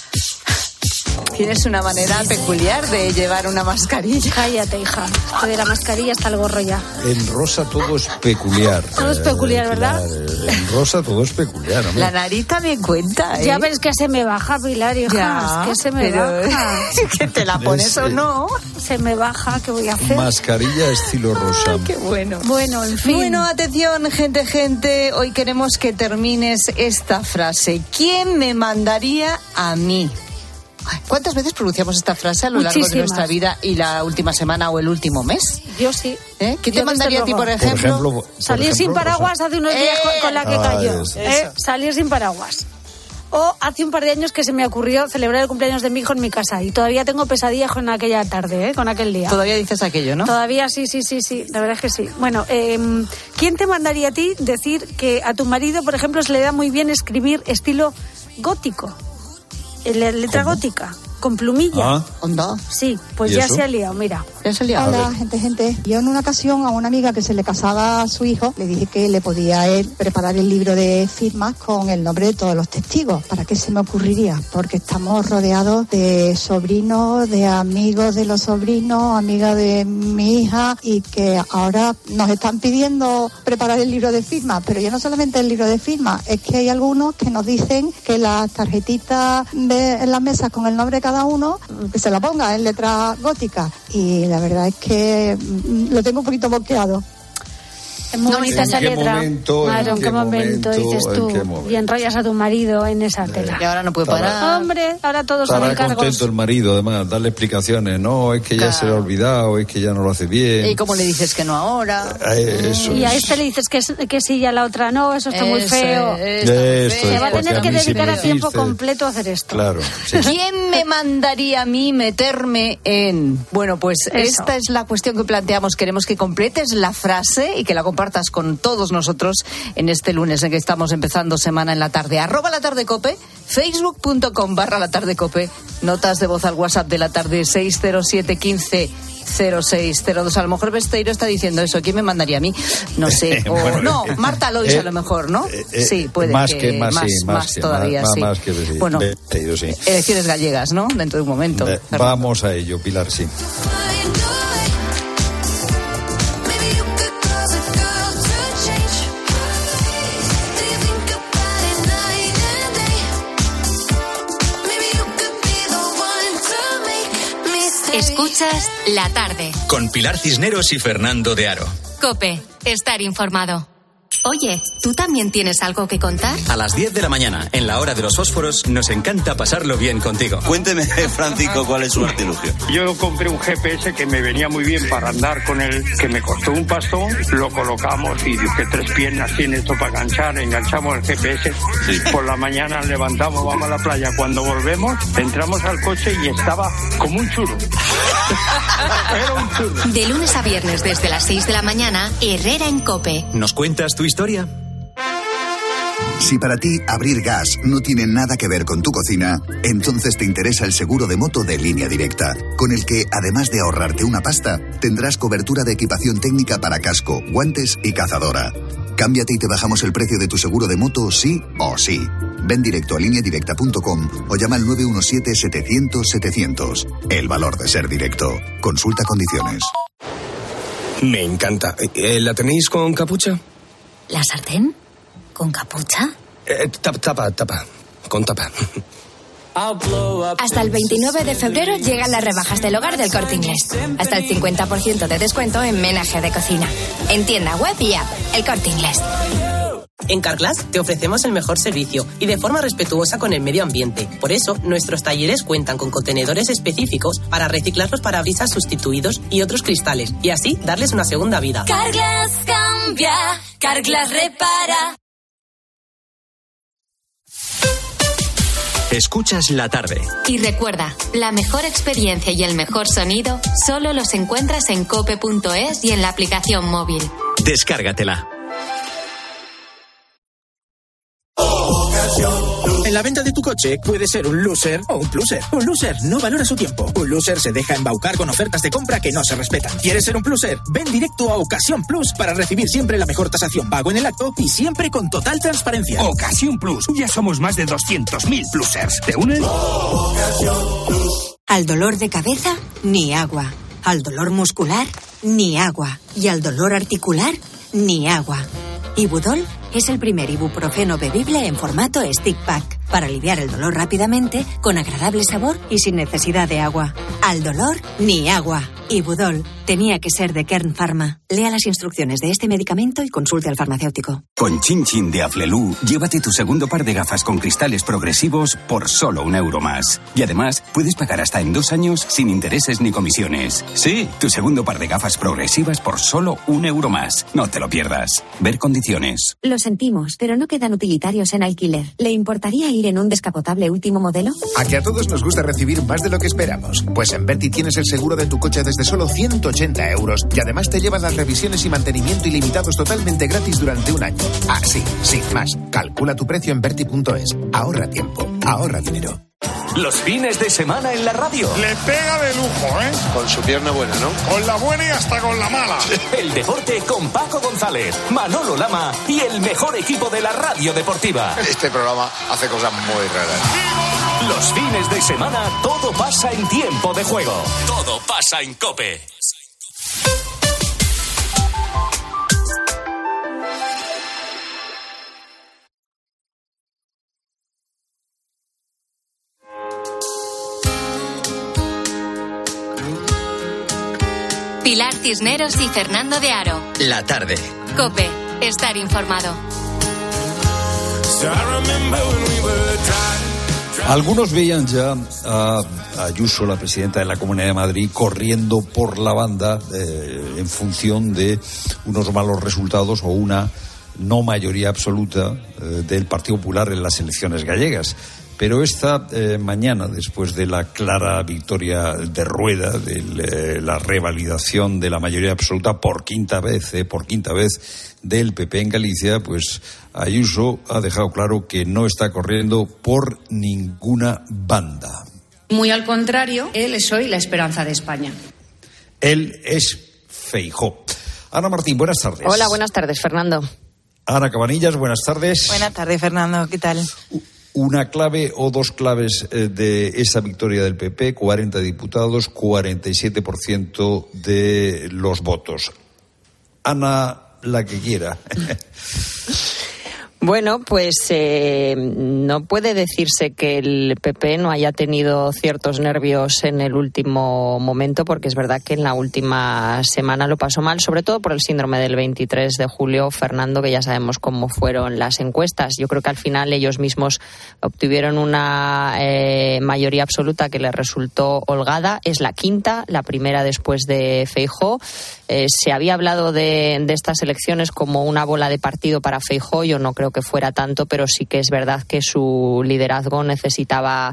Tienes una manera peculiar de llevar una mascarilla. Cállate, hija. Esto de la mascarilla está el gorro ya. En Rosa todo es peculiar. Todo es peculiar, ¿verdad? Pilar, en Rosa todo es peculiar. ¿No? La nariz también cuenta, ¿eh? Ya ves que se me baja, Pilar, hija. Ya, que se me pero... baja. Que te la pones es, o no. Se me baja, ¿qué voy a hacer? Mascarilla estilo Rosa. Ay, qué bueno. Bueno, en fin. Bueno, atención, gente, gente. Hoy queremos que termines esta frase. ¿Quién me mandaría a mí? ¿Cuántas veces pronunciamos esta frase a lo largo Muchísimas. de nuestra vida y la última semana o el último mes? Yo sí. ¿Eh? ¿Qué te Yo mandaría a ti, por ejemplo? Por ejemplo por Salir ejemplo, sin paraguas hace unos días eh, con la que ah, cayó. eso. ¿eh? Salir sin paraguas. O hace un par de años que se me ocurrió celebrar el cumpleaños de mi hijo en mi casa y todavía tengo pesadillas con aquella tarde, ¿eh? Con aquel día. Todavía dices aquello, ¿no? Todavía sí, sí, sí, sí, la verdad es que sí. Bueno, eh, ¿quién te mandaría a ti decir que a tu marido, por ejemplo, se le da muy bien escribir estilo gótico? La letra ¿Cómo? gótica. Con plumilla. Ah. ¿Onda? Sí, pues ya eso? se ha liado, mira. Ya se ha liado. Hola, gente, gente. Yo en una ocasión a una amiga que se le casaba a su hijo, le dije que le podía él preparar el libro de firmas con el nombre de todos los testigos. ¿Para qué se me ocurriría? Porque estamos rodeados de sobrinos, de amigos de los sobrinos, amigas de mi hija, y que ahora nos están pidiendo preparar el libro de firmas. Pero ya no solamente el libro de firmas, es que hay algunos que nos dicen que las tarjetitas de, en las mesas con el nombre de cada uno, que se la ponga en letra gótica. Y la verdad es que lo tengo un poquito bloqueado. Es muy bonita esa letra. Momento, claro, ¿en qué momento, momento dices tú? Y enrollas a tu marido en esa tela. Y ahora no puede parar. Hombre, ahora todos son Estará encargos. contento el marido, además, darle explicaciones. No, es que ya Claro. se le ha olvidado, es que ya no lo hace bien. ¿Y cómo le dices que no ahora? Eh, Eso Y a es. este le dices que, es- que sí y a la otra no, eso está muy Eso feo. es, está muy Esto feo. Se va a porque tener que mí sí dedicar me a tiempo dijiste- completo a hacer esto. Claro, sí. ¿Quién me mandaría a mí meterme en...? Bueno, pues Eso. esta es la cuestión que planteamos. Queremos que completes la frase y que la compartas con todos nosotros en este lunes en que estamos empezando semana en la tarde. Arroba la tarde cope, facebook.com barra la tarde cope, notas de voz al WhatsApp de la tarde seis cero siete quince cero seis cero dos. A lo mejor Besteiro está diciendo eso. ¿Quién me mandaría a mí? No sé. O, Bueno, no, eh, Marta Lois eh, a lo mejor, ¿no? Eh, sí, puede más que, que más, más, sí, más que, todavía, más, sí. más que sí. Bueno, Besteiro, sí. elecciones gallegas, ¿no? Dentro de un momento. Eh, Vamos a ello, Pilar, sí. Escuchas La Tarde. Con Pilar Cisneros y Fernando de Aro. COPE. Estar informado. Oye, ¿tú también tienes algo que contar? A las diez de la mañana, en la hora de los fósforos, nos encanta pasarlo bien contigo. Cuénteme, Francisco, cuál es su artilugio. Yo compré un G P S que me venía muy bien para andar con él, que me costó un pastón, lo colocamos y dije, tres piernas tiene esto para enganchar, enganchamos el G P S, Sí. por la mañana levantamos, vamos a la playa, cuando volvemos, entramos al coche y estaba como un churro. Era un churro. De lunes a viernes desde las seis de la mañana, Herrera en COPE. ¿Nos cuentas tu historia? Si para ti abrir gas no tiene nada que ver con tu cocina, entonces te interesa el seguro de moto de Línea Directa, con el que, además de ahorrarte una pasta, tendrás cobertura de equipación técnica para casco, guantes y cazadora. Cámbiate y te bajamos el precio de tu seguro de moto sí o sí. Ven directo a línea directa punto com o llama al nueve uno siete setecientos setecientos. El valor de ser directo. Consulta condiciones. Me encanta. Eh, ¿La tenéis con capucha? ¿La sartén? ¿Con capucha? Eh, tapa, tapa, tapa. Con tapa. Hasta el veintinueve de febrero llegan las rebajas del hogar del Corte Inglés. Hasta el cincuenta por ciento de descuento en menaje de cocina. En tienda web y app. El Corte Inglés. En Carglass te ofrecemos el mejor servicio y de forma respetuosa con el medio ambiente. Por eso, nuestros talleres cuentan con contenedores específicos para reciclar los parabrisas sustituidos y otros cristales, y así darles una segunda vida. Carglass cambia, Carglass repara. Escuchas La Tarde. Y recuerda, la mejor experiencia y el mejor sonido solo los encuentras en cope punto es y en la aplicación móvil. Descárgatela. En la venta de tu coche puedes ser un loser o un pluser. Un loser no valora su tiempo. Un loser se deja embaucar con ofertas de compra que no se respetan. ¿Quieres ser un pluser? Ven directo a Ocasión Plus para recibir siempre la mejor tasación pago en el acto y siempre con total transparencia. Ocasión Plus. Ya somos más de doscientos mil plusers. ¿Te unes? Al dolor de cabeza, ni agua. Al dolor muscular, ni agua. Y al dolor articular, ni agua. Ibudol es el primer ibuprofeno bebible en formato stick pack para aliviar el dolor rápidamente, con agradable sabor y sin necesidad de agua. Al dolor, ni agua. Ibudol tenía que ser de Kern Pharma. Lea las instrucciones de este medicamento y consulte al farmacéutico. Con Chin Chin de Aflelu, llévate tu segundo par de gafas con cristales progresivos por solo un euro más. Y además, puedes pagar hasta en dos años sin intereses ni comisiones. Sí, tu segundo par de gafas progresivas por solo un euro más. No te lo pierdas. Ver condiciones. Lo sentimos, pero no quedan utilitarios en alquiler. ¿Le importaría ir en un descapotable último modelo? A que a todos nos gusta recibir más de lo que esperamos. Pues en Berti tienes el seguro de tu coche desde solo ciento ochenta euros y además te llevan las revisiones y mantenimiento ilimitados totalmente gratis durante un año. Así, sin más. Calcula tu precio en Berti punto es. Ahorra tiempo, ahorra dinero. Los fines de semana en la radio. Le pega de lujo, ¿eh? Con su pierna buena, ¿no? Con la buena y hasta con la mala. El deporte con Paco González, Manolo Lama y el mejor equipo de la radio deportiva. Este programa hace cosas muy raras. Los fines de semana todo pasa en tiempo de juego. Todo pasa en COPE. Pilar Cisneros y Fernando de Aro. La Tarde. COPE. Estar informado. Algunos veían ya a Ayuso, la presidenta de la Comunidad de Madrid, corriendo por la banda eh, en función de unos malos resultados o una no mayoría absoluta eh, del Partido Popular en las elecciones gallegas. Pero esta eh, mañana, después de la clara victoria de Rueda, de eh, la revalidación de la mayoría absoluta por quinta vez, eh, por quinta vez del P P en Galicia, pues Ayuso ha dejado claro que no está corriendo por ninguna banda. Muy al contrario, él es hoy la esperanza de España. Él es Feijóo. Ana Martín, buenas tardes. Hola, buenas tardes, Fernando. Ana Cabanillas, buenas tardes. Buenas tardes, Fernando, ¿qué tal? Una clave o dos claves de esa victoria del P P, cuarenta diputados, cuarenta y siete por ciento de los votos. Ana, la que quiera. Bueno, pues eh, no puede decirse que el P P no haya tenido ciertos nervios en el último momento, porque es verdad que en la última semana lo pasó mal, sobre todo por el síndrome del veintitrés de julio, Fernando, que ya sabemos cómo fueron las encuestas. Yo creo que al final ellos mismos obtuvieron una eh, mayoría absoluta que les resultó holgada. Es la quinta, la primera después de Feijóo. Eh, se había hablado de, de estas elecciones como una bola de partido para Feijóo. Yo no creo que fuera tanto, pero sí que es verdad que su liderazgo necesitaba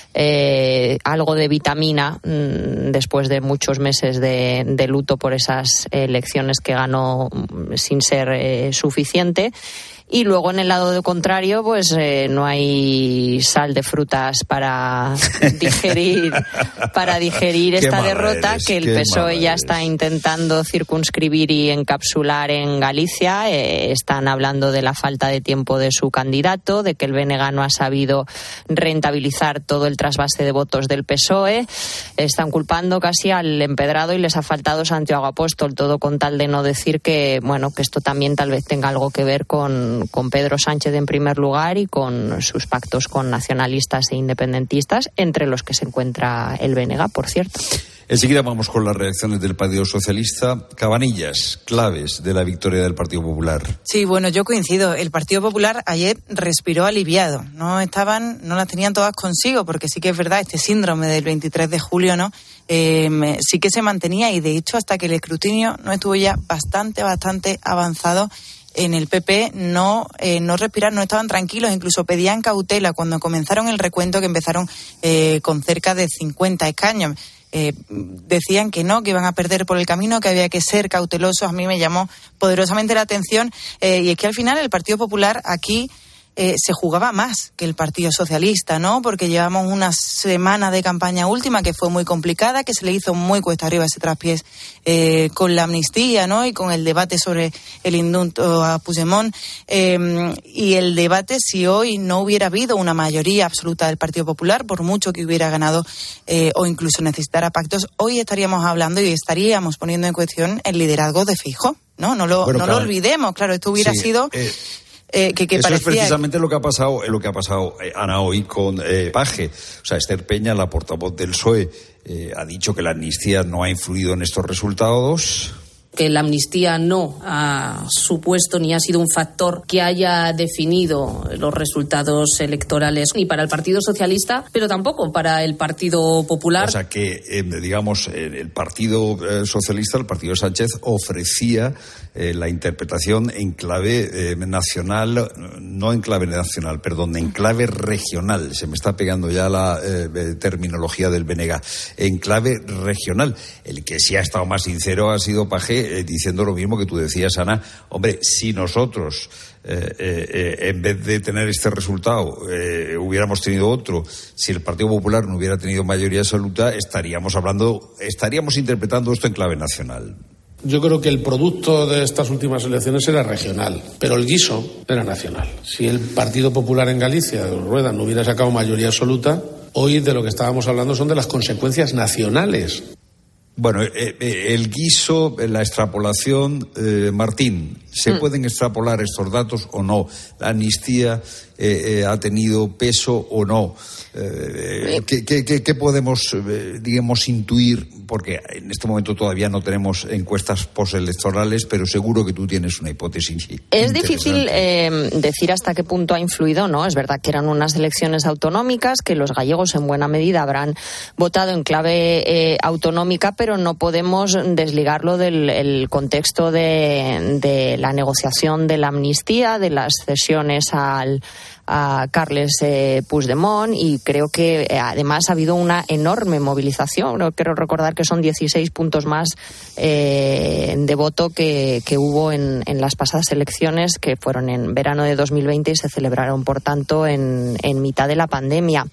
eh, algo de vitamina mmm, después de muchos meses de, de luto por esas elecciones que ganó mmm, sin ser eh, suficiente. Y luego en el lado contrario, pues eh, no hay sal de frutas para digerir para digerir esta derrota eres, que el P S O E ya eres. Está intentando circunscribir y encapsular en Galicia. Eh, están hablando de la falta de tiempo de su candidato, de que el B N G no ha sabido rentabilizar todo el trasvase de votos del P S O E. Están culpando casi al empedrado y les ha faltado Santiago Apóstol, todo con tal de no decir que, bueno, que esto también tal vez tenga algo que ver con con Pedro Sánchez en primer lugar y con sus pactos con nacionalistas e independentistas, entre los que se encuentra el B N G, por cierto. Enseguida vamos con las reacciones del Partido Socialista. Cabanillas, claves de la victoria del Partido Popular. Sí, bueno, yo coincido. El Partido Popular ayer respiró aliviado. No estaban, no las tenían todas consigo, porque sí que es verdad, este síndrome del veintitrés de julio, ¿no? Eh, sí que se mantenía, y de hecho hasta que el escrutinio no estuvo ya bastante, bastante avanzado, en el P P no eh, no respiraron, no estaban tranquilos, incluso pedían cautela cuando comenzaron el recuento, que empezaron eh, con cerca de cincuenta escaños. Eh, decían que no, que iban a perder por el camino, que había que ser cautelosos. A mí me llamó poderosamente la atención eh, y es que al final el Partido Popular aquí Eh, se jugaba más que el Partido Socialista, ¿no? Porque llevamos una semana de campaña última que fue muy complicada, que se le hizo muy cuesta arriba ese traspiés eh, con la amnistía, ¿no? Y con el debate sobre el indulto a Puigdemont. Eh, y el debate, si hoy no hubiera habido una mayoría absoluta del Partido Popular, por mucho que hubiera ganado eh, o incluso necesitara pactos, hoy estaríamos hablando y estaríamos poniendo en cuestión el liderazgo de Feijóo, ¿no? No lo, bueno, no claro. lo olvidemos, claro, esto hubiera sí, sido... Eh... Eh, que, que Eso parecía... es precisamente lo que ha pasado, lo que ha pasado eh, Ana hoy con eh, Paje. O sea, Esther Peña, la portavoz del P S O E, eh, ha dicho que la amnistía no ha influido en estos resultados. Que la amnistía no ha supuesto ni ha sido un factor que haya definido los resultados electorales ni para el Partido Socialista, pero tampoco para el Partido Popular. O sea que, eh, digamos, el Partido Socialista, el Partido Sánchez, ofrecía eh, la interpretación en clave eh, nacional, no en clave nacional, perdón, en clave regional. Se me está pegando ya la eh, terminología del B N G. En clave regional. El que sí ha estado más sincero ha sido Paje, Eh, diciendo lo mismo que tú decías, Ana. Hombre, si nosotros eh, eh, en vez de tener este resultado eh, hubiéramos tenido otro, si el Partido Popular no hubiera tenido mayoría absoluta, estaríamos hablando, estaríamos interpretando esto en clave nacional. Yo creo que el producto de estas últimas elecciones era regional, pero el guiso era nacional. Si el Partido Popular en Galicia, de Rueda, no hubiera sacado mayoría absoluta, hoy de lo que estábamos hablando son de las consecuencias nacionales. Bueno, eh, eh, el guiso, la extrapolación, eh, Martín, ¿se mm. pueden extrapolar estos datos o no? ¿La amnistía eh, eh, ha tenido peso o no? Eh, ¿qué, qué, qué podemos, eh, digamos, intuir porque en este momento todavía no tenemos encuestas postelectorales, pero seguro que tú tienes una hipótesis. Es difícil eh, decir hasta qué punto ha influido, ¿no? Es verdad que eran unas elecciones autonómicas, que los gallegos en buena medida habrán votado en clave eh, autonómica, pero no podemos desligarlo del el contexto de, de la negociación de la amnistía, de las cesiones al a Carles eh, Puigdemont, y creo que eh, además ha habido una enorme movilización. Creo, quiero recordar que son dieciséis puntos más eh, de voto que, que hubo en, en las pasadas elecciones, que fueron en verano de dos mil veinte y se celebraron, por tanto, en, en mitad de la pandemia.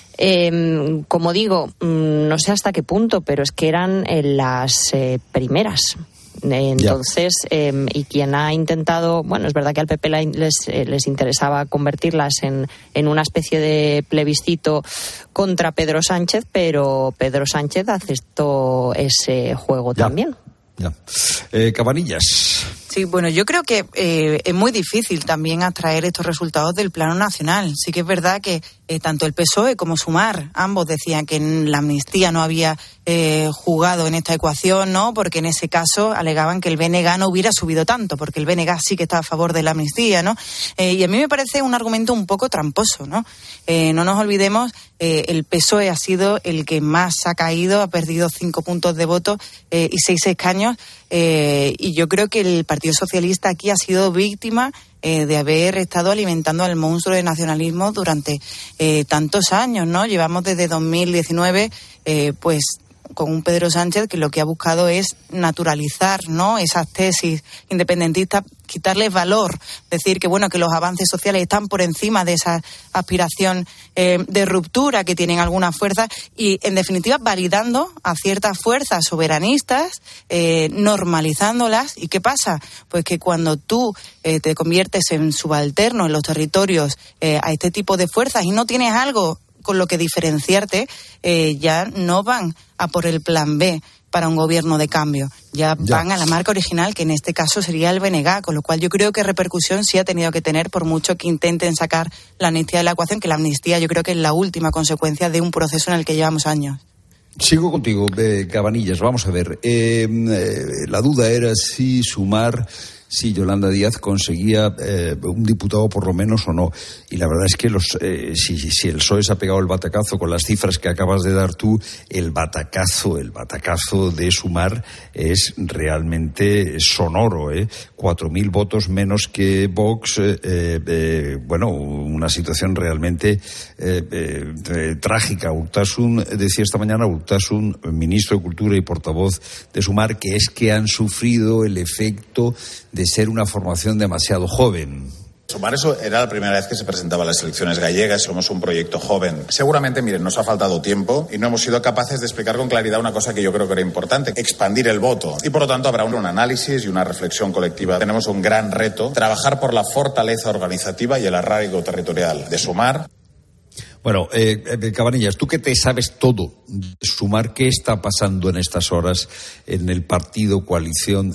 Eh, como digo, no sé hasta qué punto, pero es que eran eh, las eh, primeras. Entonces, eh, y quien ha intentado, bueno, es verdad que al P P les, eh, les interesaba convertirlas en, en una especie de plebiscito contra Pedro Sánchez, pero Pedro Sánchez aceptó ese juego ya, también. Ya. Eh, Cabanillas. Sí, bueno, yo creo que eh, es muy difícil también abstraer estos resultados del plano nacional. Sí que es verdad que eh, tanto el P S O E como Sumar, ambos decían que en la amnistía no había eh, jugado en esta ecuación, ¿no? Porque en ese caso alegaban que el B N G no hubiera subido tanto, porque el B N G sí que está a favor de la amnistía, ¿no? Eh, y a mí me parece un argumento un poco tramposo, ¿no? Eh, no nos olvidemos, eh, el P S O E ha sido el que más ha caído, ha perdido cinco puntos de voto eh, y seis escaños, eh, y yo creo que el Partido Socialista aquí ha sido víctima eh, de haber estado alimentando al monstruo de nacionalismo durante eh, tantos años, ¿no? Llevamos desde dos mil diecinueve, eh, pues con un Pedro Sánchez que lo que ha buscado es naturalizar, ¿no?, esas tesis independentistas, quitarles valor, decir que bueno, que los avances sociales están por encima de esa aspiración eh, de ruptura que tienen algunas fuerzas, y en definitiva validando a ciertas fuerzas soberanistas, eh, normalizándolas. ¿Y qué pasa? Pues que cuando tú eh, te conviertes en subalterno en los territorios eh, a este tipo de fuerzas y no tienes algo con lo que diferenciarte, eh, ya no van a por el plan B para un gobierno de cambio, ya, ya van a la marca original, que en este caso sería el B N G, con lo cual yo creo que repercusión sí ha tenido que tener, por mucho que intenten sacar la amnistía de la ecuación, que la amnistía yo creo que es la última consecuencia de un proceso en el que llevamos años. Sigo contigo, eh, Cabanillas. Vamos a ver, eh, eh, la duda era si Sumar, si Yolanda Díaz conseguía eh, un diputado por lo menos o no. Y la verdad es que los eh, si, si el P S O E se ha pegado el batacazo con las cifras que acabas de dar tú, el batacazo, el batacazo de Sumar es realmente sonoro, ¿eh? Cuatro mil votos menos que Vox, eh, eh, bueno, una situación realmente eh, eh, trágica. Urtasun decía esta mañana, Urtasun, ministro de Cultura y portavoz de Sumar, que es que han sufrido el efecto de ser una formación demasiado joven. Sumar, eso era la primera vez que se presentaba a las elecciones gallegas, somos un proyecto joven. Seguramente, miren, nos ha faltado tiempo y no hemos sido capaces de explicar con claridad una cosa que yo creo que era importante, expandir el voto. Y por lo tanto habrá un análisis y una reflexión colectiva. Tenemos un gran reto, trabajar por la fortaleza organizativa y el arraigo territorial de Sumar. Bueno, eh, Cabanillas, tú que te sabes todo de Sumar, ¿qué está pasando en estas horas en el partido coalición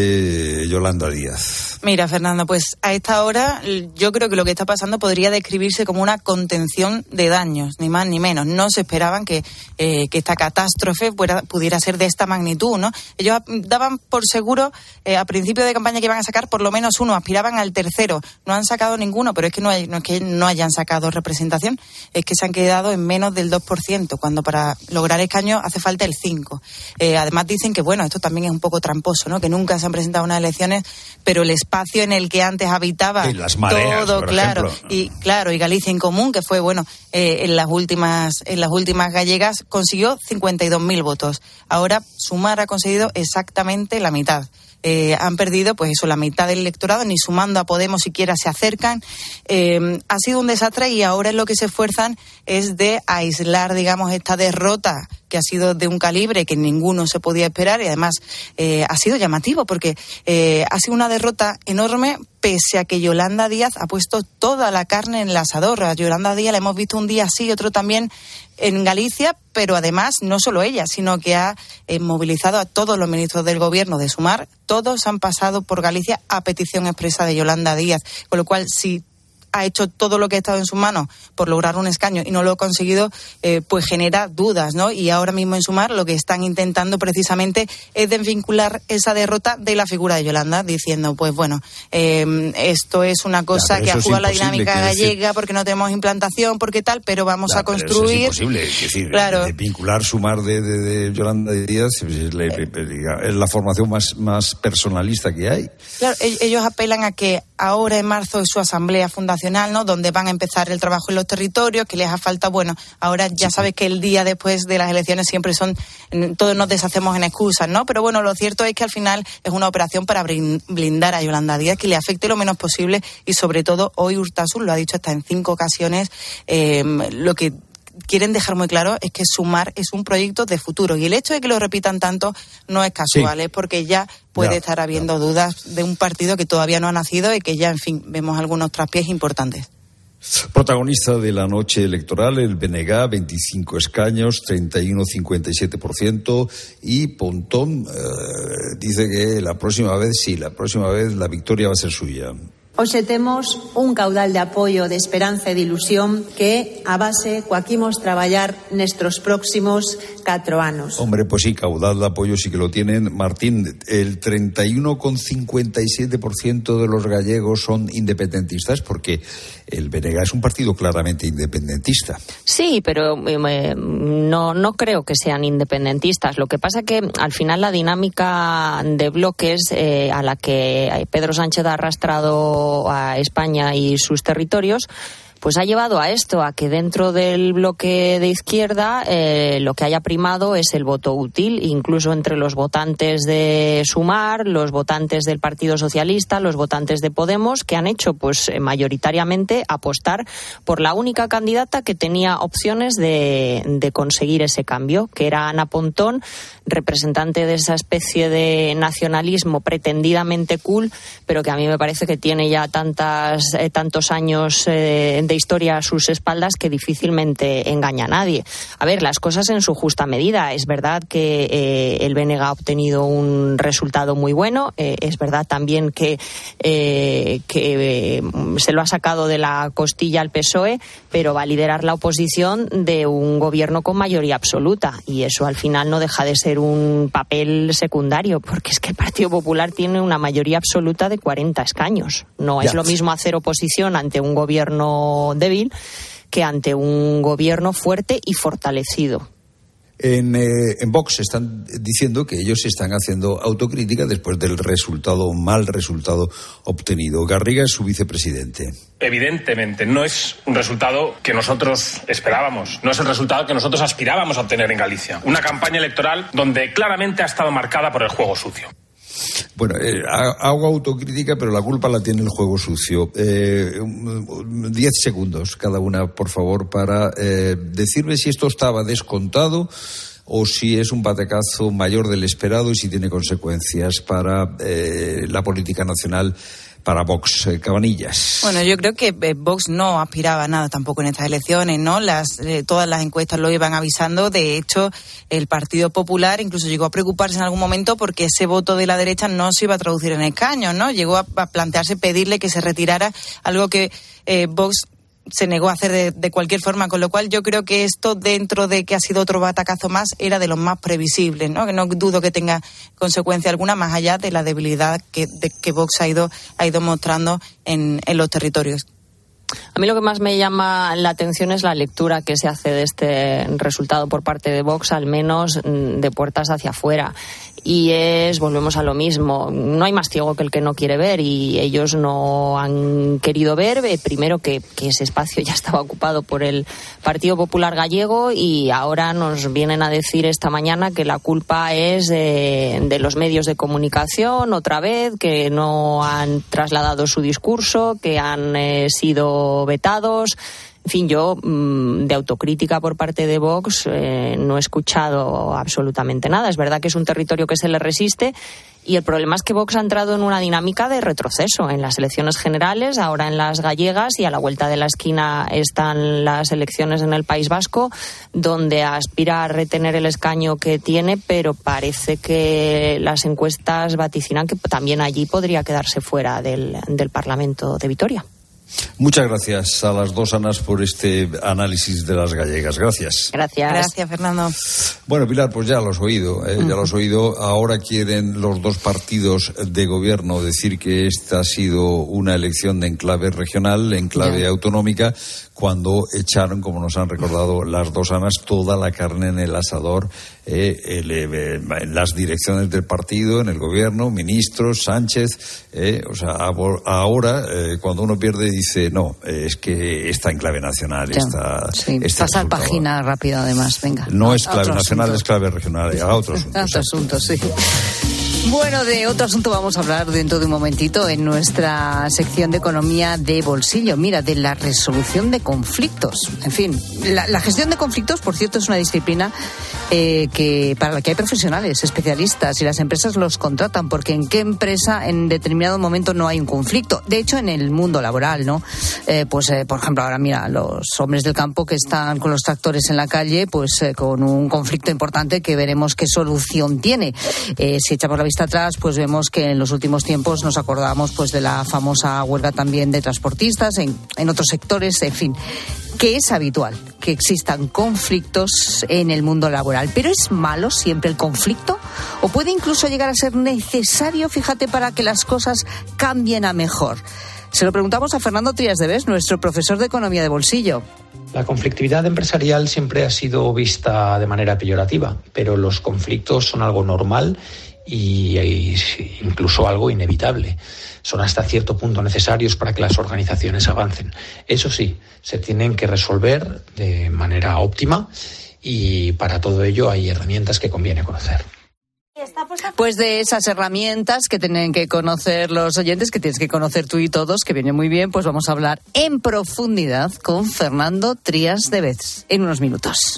de Yolanda Díaz? Mira, Fernando, pues a esta hora yo creo que lo que está pasando podría describirse como una contención de daños, ni más ni menos. No se esperaban que, eh, que esta catástrofe pudiera, pudiera ser de esta magnitud, ¿no? Ellos daban por seguro eh, a principio de campaña que iban a sacar por lo menos uno, aspiraban al tercero. No han sacado ninguno, pero es que no, hay, no es que no hayan sacado representación, es que se han quedado en menos del dos por ciento, cuando para lograr escaños hace falta el cinco por ciento. Eh, además dicen que, bueno, esto también es un poco tramposo, ¿no?, que nunca se han presentado unas elecciones, pero el espacio en el que antes habitaba las mareas, todo, por claro, ejemplo. y claro, y Galicia en Común, que fue, bueno, eh, en las últimas en las últimas gallegas, consiguió cincuenta y dos mil votos. Ahora Sumar ha conseguido exactamente la mitad. Eh, han perdido, pues eso, la mitad del electorado, ni sumando a Podemos siquiera se acercan. Eh, ha sido un desastre y ahora en lo que se esfuerzan es de aislar, digamos, esta derrota que ha sido de un calibre que ninguno se podía esperar, y además eh, ha sido llamativo porque eh, ha sido una derrota enorme, pese a que Yolanda Díaz ha puesto toda la carne en el asador. A Yolanda Díaz la hemos visto un día sí, otro también en Galicia, pero además no solo ella, sino que ha eh, movilizado a todos los ministros del gobierno de Sumar. Todos han pasado por Galicia a petición expresa de Yolanda Díaz, con lo cual si ha hecho todo lo que ha estado en sus manos por lograr un escaño y no lo ha conseguido, eh, pues genera dudas, ¿no? Y ahora mismo en Sumar lo que están intentando precisamente es desvincular esa derrota de la figura de Yolanda, diciendo, pues bueno, eh, esto es una cosa ya, que ha jugado la dinámica gallega decir... porque no tenemos implantación, porque tal, pero vamos ya, a construir... Eso es imposible, es decir, claro. de vincular Sumar de, de, de Yolanda Díaz es la, es la formación más, más personalista que hay. Claro, ellos apelan a que ahora en marzo es su asamblea fundacional, ¿no? Donde van a empezar el trabajo en los territorios, que les ha falta, bueno, ahora ya sí. Sabes que el día después de las elecciones siempre son, todos nos deshacemos en excusas, ¿no? Pero bueno, lo cierto es que al final es una operación para blindar a Yolanda Díaz, que le afecte lo menos posible y sobre todo hoy Urtasun lo ha dicho hasta en cinco ocasiones, eh, lo que quieren dejar muy claro es que Sumar es un proyecto de futuro y el hecho de que lo repitan tanto no es casual, sí. Es porque ya puede ya, estar habiendo ya. dudas de un partido que todavía no ha nacido y que ya, en fin, vemos algunos traspiés importantes. Protagonista de la noche electoral, el B N G, veinticinco escaños, treinta y uno coma cincuenta y siete por ciento, y Pontón eh, dice que la próxima vez, sí, la próxima vez la victoria va a ser suya. Hoxe temos un caudal de apoio, de esperanza e de ilusión que a base coa que imos traballar nestos próximos catro anos. Hombre, pues sí, caudal de apoyo sí que lo tienen. Martín, el treinta y uno coma cincuenta y siete por ciento de los gallegos son independentistas porque el B N G es un partido claramente independentista. Sí, pero eh, no, no creo que sean independentistas. Lo que pasa que al final la dinámica de bloques eh, a la que Pedro Sánchez ha arrastrado a España y sus territorios, pues ha llevado a esto, a que dentro del bloque de izquierda eh, lo que haya primado es el voto útil, incluso entre los votantes de Sumar, los votantes del Partido Socialista, los votantes de Podemos, que han hecho pues mayoritariamente apostar por la única candidata que tenía opciones de, de conseguir ese cambio, que era Ana Pontón, representante de esa especie de nacionalismo pretendidamente cool, pero que a mí me parece que tiene ya tantas, eh, tantos años eh, de historia a sus espaldas que difícilmente engaña a nadie. A ver, las cosas en su justa medida. Es verdad que eh, el B N G ha obtenido un resultado muy bueno. Eh, es verdad también que, eh, que eh, se lo ha sacado de la costilla al P S O E, pero va a liderar la oposición de un gobierno con mayoría absoluta. Y eso al final no deja de ser un papel secundario, porque es que el Partido Popular tiene una mayoría absoluta de cuarenta escaños. No ya. Es lo mismo hacer oposición ante un gobierno débil que ante un gobierno fuerte y fortalecido. En, eh, en Vox están diciendo que ellos están haciendo autocrítica después del resultado, mal resultado obtenido. Garriga es su vicepresidente. Evidentemente no es un resultado que nosotros esperábamos, no es el resultado que nosotros aspirábamos a obtener en Galicia. Una campaña electoral donde claramente ha estado marcada por el juego sucio. Bueno, eh, hago autocrítica, pero la culpa la tiene el juego sucio. Eh, diez segundos cada una, por favor, para eh, decirme si esto estaba descontado o si es un batacazo mayor del esperado y si tiene consecuencias para eh, la política nacional. Para Vox, eh, Cabanillas. Bueno, yo creo que eh, Vox no aspiraba a nada tampoco en estas elecciones, ¿no? Las, eh, todas las encuestas lo iban avisando. De hecho, el Partido Popular incluso llegó a preocuparse en algún momento porque ese voto de la derecha no se iba a traducir en escaños, ¿no? Llegó a, a plantearse pedirle que se retirara, algo que eh, Vox se negó a hacer de, de cualquier forma, con lo cual yo creo que esto, dentro de que ha sido otro batacazo más, era de los más previsibles, ¿no? Que no dudo que tenga consecuencia alguna, más allá de la debilidad que, de, que Vox ha ido, ha ido mostrando en, en los territorios. A mí lo que más me llama la atención es la lectura que se hace de este resultado por parte de Vox, al menos de puertas hacia afuera. Y es, volvemos a lo mismo, no hay más ciego que el que no quiere ver, y ellos no han querido ver, eh, primero que, que ese espacio ya estaba ocupado por el Partido Popular Gallego, y ahora nos vienen a decir esta mañana que la culpa es eh, de los medios de comunicación, otra vez, que no han trasladado su discurso, que han eh, sido vetados. En fin, yo mmm, de autocrítica por parte de Vox eh, no he escuchado absolutamente nada. Es verdad que es un territorio que se le resiste, y el problema es que Vox ha entrado en una dinámica de retroceso en las elecciones generales, ahora en las gallegas, y a la vuelta de la esquina están las elecciones en el País Vasco, donde aspira a retener el escaño que tiene, pero parece que las encuestas vaticinan que también allí podría quedarse fuera del, del Parlamento de Vitoria. Muchas gracias a las dos Anas por este análisis de las gallegas. Gracias. Gracias. Gracias, Fernando. Bueno, Pilar, pues ya lo has oído, ¿eh? Ya lo has oído. Ahora quieren los dos partidos de gobierno decir que esta ha sido una elección de enclave regional, enclave yeah. autonómica, cuando echaron, como nos han recordado las dos Anas, toda la carne en el asador, eh, el, eh, en las direcciones del partido, en el gobierno, ministros, Sánchez, eh, o sea, ahora eh, cuando uno pierde dice, no, eh, es que está en clave nacional. Ya, está, sí, está pasar página rápido además, venga. No es clave nacional, asunto. Es clave regional, a otro asunto. A otro asunto, sí. Bueno, de otro asunto vamos a hablar dentro de un momentito en nuestra sección de economía de bolsillo. Mira, de la resolución de conflictos. En fin, la, la gestión de conflictos, por cierto, es una disciplina eh, que para la que hay profesionales, especialistas, y las empresas los contratan, porque en qué empresa en determinado momento no hay un conflicto. De hecho, en el mundo laboral, ¿no? Eh, pues, eh, por ejemplo, ahora mira, los hombres del campo que están con los tractores en la calle, pues eh, con un conflicto importante que veremos qué solución tiene. Eh, si echamos la vista atrás, pues vemos que en los últimos tiempos nos acordamos pues de la famosa huelga también de transportistas en, en otros sectores, en fin, que es habitual que existan conflictos en el mundo laboral. ¿Pero es malo siempre el conflicto? ¿O puede incluso llegar a ser necesario, fíjate, para que las cosas cambien a mejor? Se lo preguntamos a Fernando Trías de Bes, nuestro profesor de economía de bolsillo. La conflictividad empresarial siempre ha sido vista de manera peyorativa, pero los conflictos son algo normal y, y incluso algo inevitable. Son hasta cierto punto necesarios para que las organizaciones avancen. Eso sí, se tienen que resolver de manera óptima y para todo ello hay herramientas que conviene conocer. Pues de esas herramientas que tienen que conocer los oyentes, que tienes que conocer tú y todos, que viene muy bien, pues vamos a hablar en profundidad con Fernando Trías de Bes en unos minutos.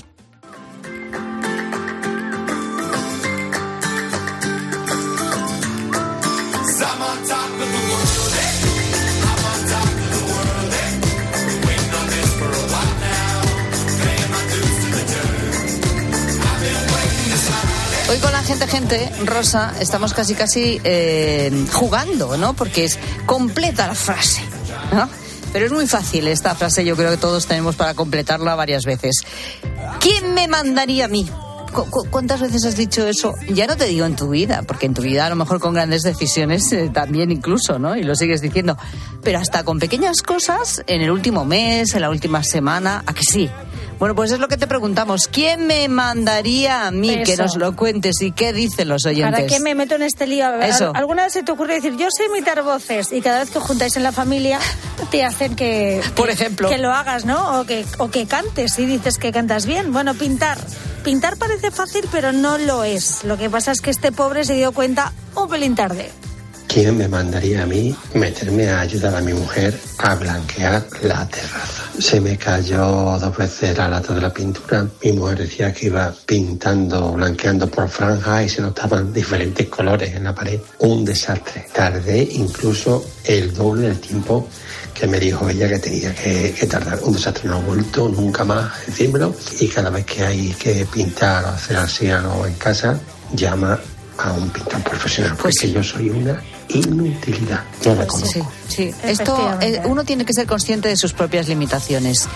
Hoy con la gente, gente, Rosa, estamos casi, casi eh, jugando, ¿no? Porque es completa la frase, ¿no? Pero es muy fácil esta frase, yo creo que todos tenemos para completarla varias veces. ¿Quién me mandaría a mí? ¿Cu- cu- ¿Cuántas veces has dicho eso? Ya no te digo en tu vida, porque en tu vida a lo mejor con grandes decisiones eh, también incluso, ¿no? Y lo sigues diciendo. Pero hasta con pequeñas cosas, en el último mes, en la última semana, ¿a que sí? Bueno, pues es lo que te preguntamos. ¿Quién me mandaría a mí Eso. que nos lo cuentes y qué dicen los oyentes? ¿Para qué me meto en este lío? Eso. ¿Alguna vez se te ocurre decir, yo sé imitar voces y cada vez que os juntáis en la familia te hacen que... Por ejemplo. Que lo hagas, ¿no? O que, o que cantes y dices que cantas bien. Bueno, pintar. Pintar parece fácil, pero no lo es. Lo que pasa es que este pobre se dio cuenta un pelín tarde. ¿Quién me mandaría a mí meterme a ayudar a mi mujer a blanquear la terraza? Se me cayó dos veces la lata de la pintura. Mi mujer decía que iba pintando, blanqueando por franjas y se notaban diferentes colores en la pared. Un desastre. Tardé incluso el doble del tiempo que me dijo ella que tenía que, que tardar. Un desastre, no ha vuelto nunca más a decírmelo. Y cada vez que hay que pintar o hacer así algo en casa, llama a un pintor profesional, porque pues sí. Yo soy una inutilidad. No la conozco. Sí, sí. Esto, eh, uno tiene que ser consciente de sus propias limitaciones.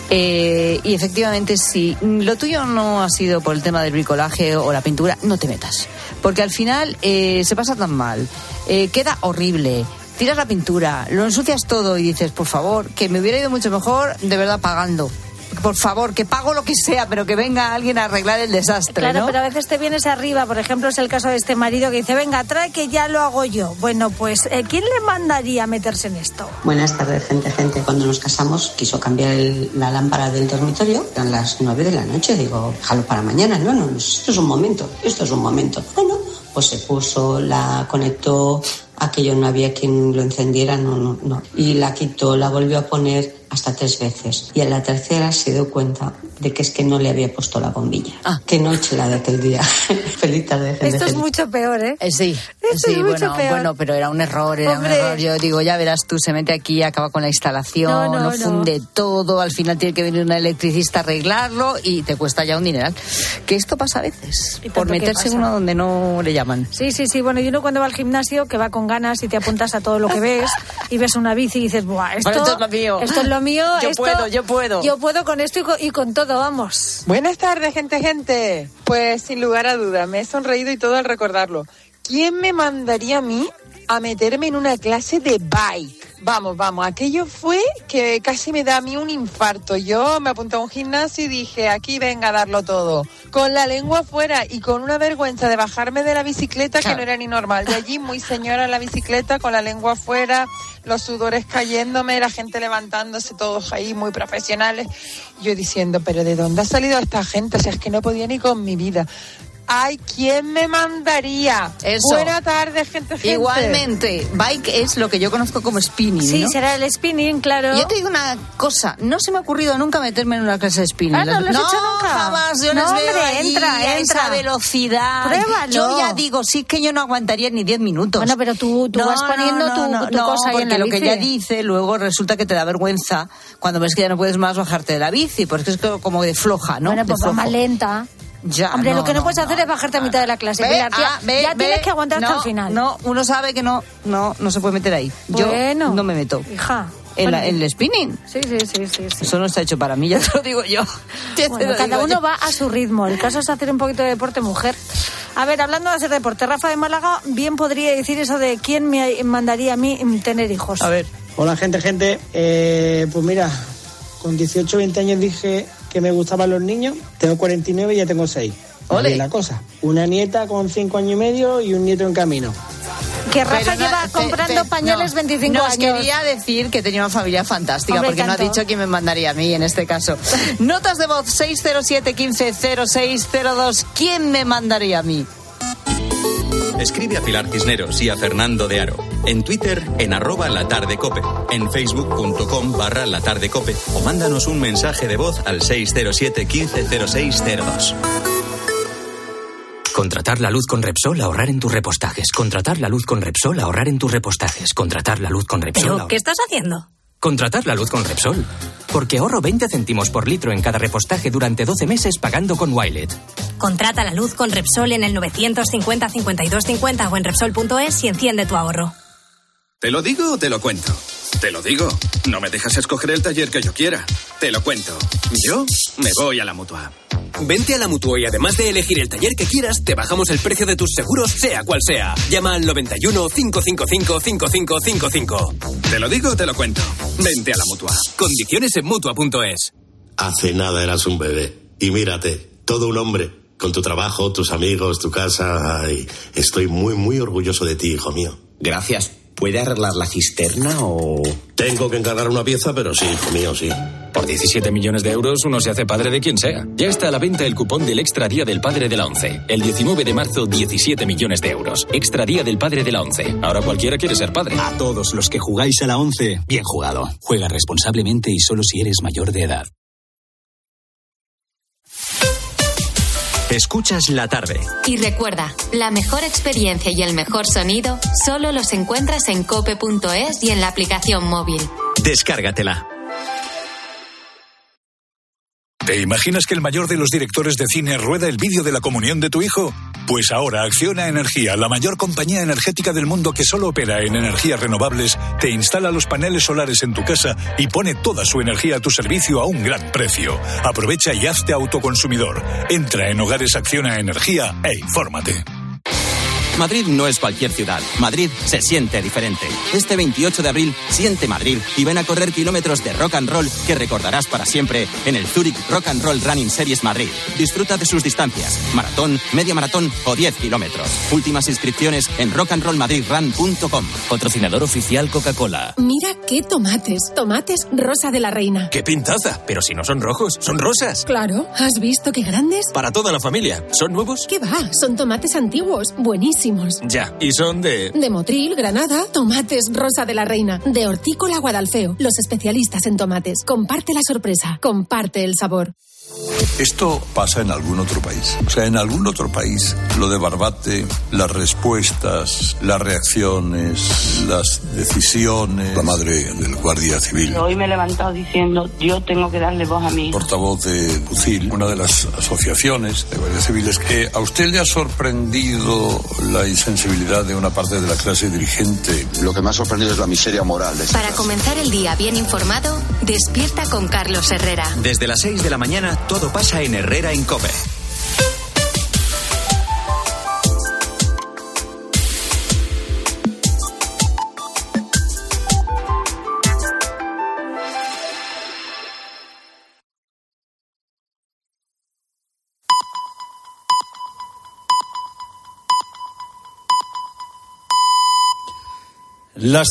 Eh, y efectivamente, si lo tuyo no ha sido por el tema del bricolaje o la pintura, no te metas. Porque al final eh, se pasa tan mal, eh, queda horrible. Tiras la pintura, lo ensucias todo y dices, por favor, que me hubiera ido mucho mejor, de verdad, pagando. Por favor, que pago lo que sea, pero que venga alguien a arreglar el desastre, Claro, ¿no? pero a veces te vienes arriba. Por ejemplo, es el caso de este marido que dice, venga, trae que ya lo hago yo. Bueno, pues, eh, ¿quién le mandaría a meterse en esto? Buenas tardes, gente, gente. Cuando nos casamos, quiso cambiar el, la lámpara del dormitorio. Eran las nueve de la noche. Digo, déjalo para mañana. No, no, esto es un momento, esto es un momento. Bueno, pues se puso, la conectó, aquello no había quien lo encendiera, no, no, no. Y la quitó, la volvió a poner. hasta tres veces. Y a la tercera se dio cuenta de que es que no le había puesto la bombilla. Ah. Qué noche la de aquel día. Feliz tarde, gente. Esto es mucho peor, ¿eh? eh sí, Esto sí, es mucho bueno, peor. bueno, pero era un error, era Hombre. un error. Yo digo, ya verás tú, se mete aquí, acaba con la instalación, no, no, no funde no. todo, al final tiene que venir un electricista a arreglarlo y te cuesta ya un dineral. Que esto pasa a veces, por meterse uno donde no le llaman. Sí, sí, sí, bueno, y uno cuando va al gimnasio, que va con ganas y te apuntas a todo lo que ves, y ves una bici y dices, buah, esto, bueno, esto es lo mío. Esto es lo mío. Yo esto, puedo, yo puedo. Yo puedo con esto y con, y con todo, vamos. Buenas tardes, gente, gente. Pues sin lugar a duda, me he sonreído y todo al recordarlo. ¿Quién me mandaría a mí a meterme en una clase de bike? Vamos, vamos, aquello fue que casi me da a mí un infarto. Yo me apunté a un gimnasio y dije, aquí venga a darlo todo. Con la lengua afuera y con una vergüenza de bajarme de la bicicleta que no era ni normal. De allí, muy señora en la bicicleta, con la lengua afuera, los sudores cayéndome, la gente levantándose, todos ahí muy profesionales. Yo diciendo, pero ¿de dónde ha salido esta gente? O sea, es que no podía ni con mi vida. Ay, ¿quién me mandaría? Eso. Buena tarde, gente, gente. Igualmente, bike es lo que yo conozco como spinning, Sí, ¿no? será el spinning, claro. Yo te digo una cosa, no se me ha ocurrido nunca meterme en una clase de spinning. Ah, ¿no lo has no, hecho nunca? jamás, yo no, les hombre, veo ahí entra, a entra. esa velocidad. Pruébalo. Yo ya digo, sí que yo no aguantaría ni diez minutos. Bueno, pero tú, tú no, vas poniendo no, tu, no, tu no, cosa ahí porque en la lo bici. que ella dice, luego resulta que te da vergüenza cuando ves que ya no puedes más bajarte de la bici, porque es como de floja, ¿no? Bueno, pues de va más lenta. Ya, Hombre, no, lo que no, no puedes no, hacer es bajarte a mitad de la clase. Ve, Pilar, tía, ah, ve, ya ve, tienes que aguantar no, hasta el final. No, uno sabe que no, no, no se puede meter ahí. Bueno, yo no me meto. Hija. En, la, en el spinning. Sí, sí, sí, sí, sí. Eso no está hecho para mí, ya te lo digo yo. Bueno, cada uno va a su ritmo. El caso es hacer un poquito de deporte, mujer. A ver, hablando de hacer deporte, Rafa de Málaga bien podría decir eso de quién me mandaría a mí tener hijos. A ver, hola gente, gente. Eh, pues mira, con dieciocho, veinte años dije que me gustaban los niños. Tengo cuarenta y nueve y ya tengo seis. Ole. La cosa, una nieta con cinco años y medio y un nieto en camino. Que Rafa Pero no, lleva te, comprando te, pañales no, veinticinco nos años. Quería decir que tenía una familia fantástica, Hombre, porque tanto. No ha dicho quién me mandaría a mí en este caso. Notas de voz seis cero siete, quince cero seis cero dos. ¿Quién me mandaría a mí? Escribe a Pilar Cisneros y a Fernando de Aro. En Twitter, en arroba latardecope. En facebook.com barra latardecope. O mándanos un mensaje de voz al seis cero siete, quince cero seis cero dos. Contratar la luz con Repsol, ahorrar en tus repostajes. Contratar la luz con Repsol, ahorrar en tus repostajes. Contratar la luz con Repsol. ¿Pero qué estás haciendo? Contratar la luz con Repsol. Porque ahorro veinte céntimos por litro en cada repostaje durante doce meses pagando con Wilet. Contrata la luz con Repsol en el novecientos cincuenta, cincuenta y dos cincuenta o en Repsol punto es y enciende tu ahorro. ¿Te lo digo o te lo cuento? Te lo digo. No me dejas escoger el taller que yo quiera. Te lo cuento. Yo me voy a la Mutua. Vente a la Mutua y además de elegir el taller que quieras, te bajamos el precio de tus seguros, sea cual sea. Llama al noventa y uno, cinco cinco cinco, cinco cinco cinco cinco. Te lo digo o te lo cuento. Vente a la Mutua. Condiciones en Mutua punto es. Hace nada eras un bebé. Y mírate, todo un hombre. Con tu trabajo, tus amigos, tu casa. Ay, estoy muy, muy orgulloso de ti, hijo mío. Gracias. ¿Puede arreglar la cisterna o...? Tengo que encargar una pieza, pero sí, hijo mío, sí. Por diecisiete millones de euros uno se hace padre de quien sea. Ya está a la venta el cupón del Extra Día del Padre de la ONCE. El diecinueve de marzo, diecisiete millones de euros. Extra Día del Padre de la ONCE. Ahora cualquiera quiere ser padre. A todos los que jugáis a la ONCE, bien jugado. Juega responsablemente y solo si eres mayor de edad. Escuchas la tarde. Y recuerda, la mejor experiencia y el mejor sonido solo los encuentras en cope punto es y en la aplicación móvil. Descárgatela. ¿Te imaginas que el mayor de los directores de cine rueda el vídeo de la comunión de tu hijo? Pues ahora Acciona Energía, la mayor compañía energética del mundo que solo opera en energías renovables, te instala los paneles solares en tu casa y pone toda su energía a tu servicio a un gran precio. Aprovecha y hazte autoconsumidor. Entra en Hogares Acciona Energía e infórmate. Madrid no es cualquier ciudad. Madrid se siente diferente. Este veintiocho de abril, siente Madrid y ven a correr kilómetros de rock and roll que recordarás para siempre en el Zurich Rock and Roll Running Series Madrid. Disfruta de sus distancias, maratón, media maratón o diez kilómetros. Últimas inscripciones en rock and roll madrid run punto com. Patrocinador oficial Coca-Cola. Mira qué tomates. Tomates Rosa de la Reina. ¡Qué pintaza! Pero si no son rojos, son rosas. Claro. ¿Has visto qué grandes? Para toda la familia. ¿Son nuevos? ¿Qué va? Son tomates antiguos. Buenísimos. buenísimos. Ya, y son de... De Motril, Granada, tomates Rosa de la Reina. De Hortícola Guadalfeo, los especialistas en tomates. Comparte la sorpresa, comparte el sabor. Esto pasa en algún otro país. O sea, en algún otro país, lo de Barbate, las respuestas, las reacciones, las decisiones. La madre del guardia civil. Hoy me he levantado diciendo, yo tengo que darle voz a mí. Portavoz de UCIL, una de las asociaciones de guardias civiles. que ¿A usted le ha sorprendido la insensibilidad de una parte de la clase dirigente? Lo que me ha sorprendido es la miseria moral de esta Para clase. comenzar el día bien informado, despierta con Carlos Herrera. Desde las seis de la mañana, todo pasa en Herrera en COPE. Las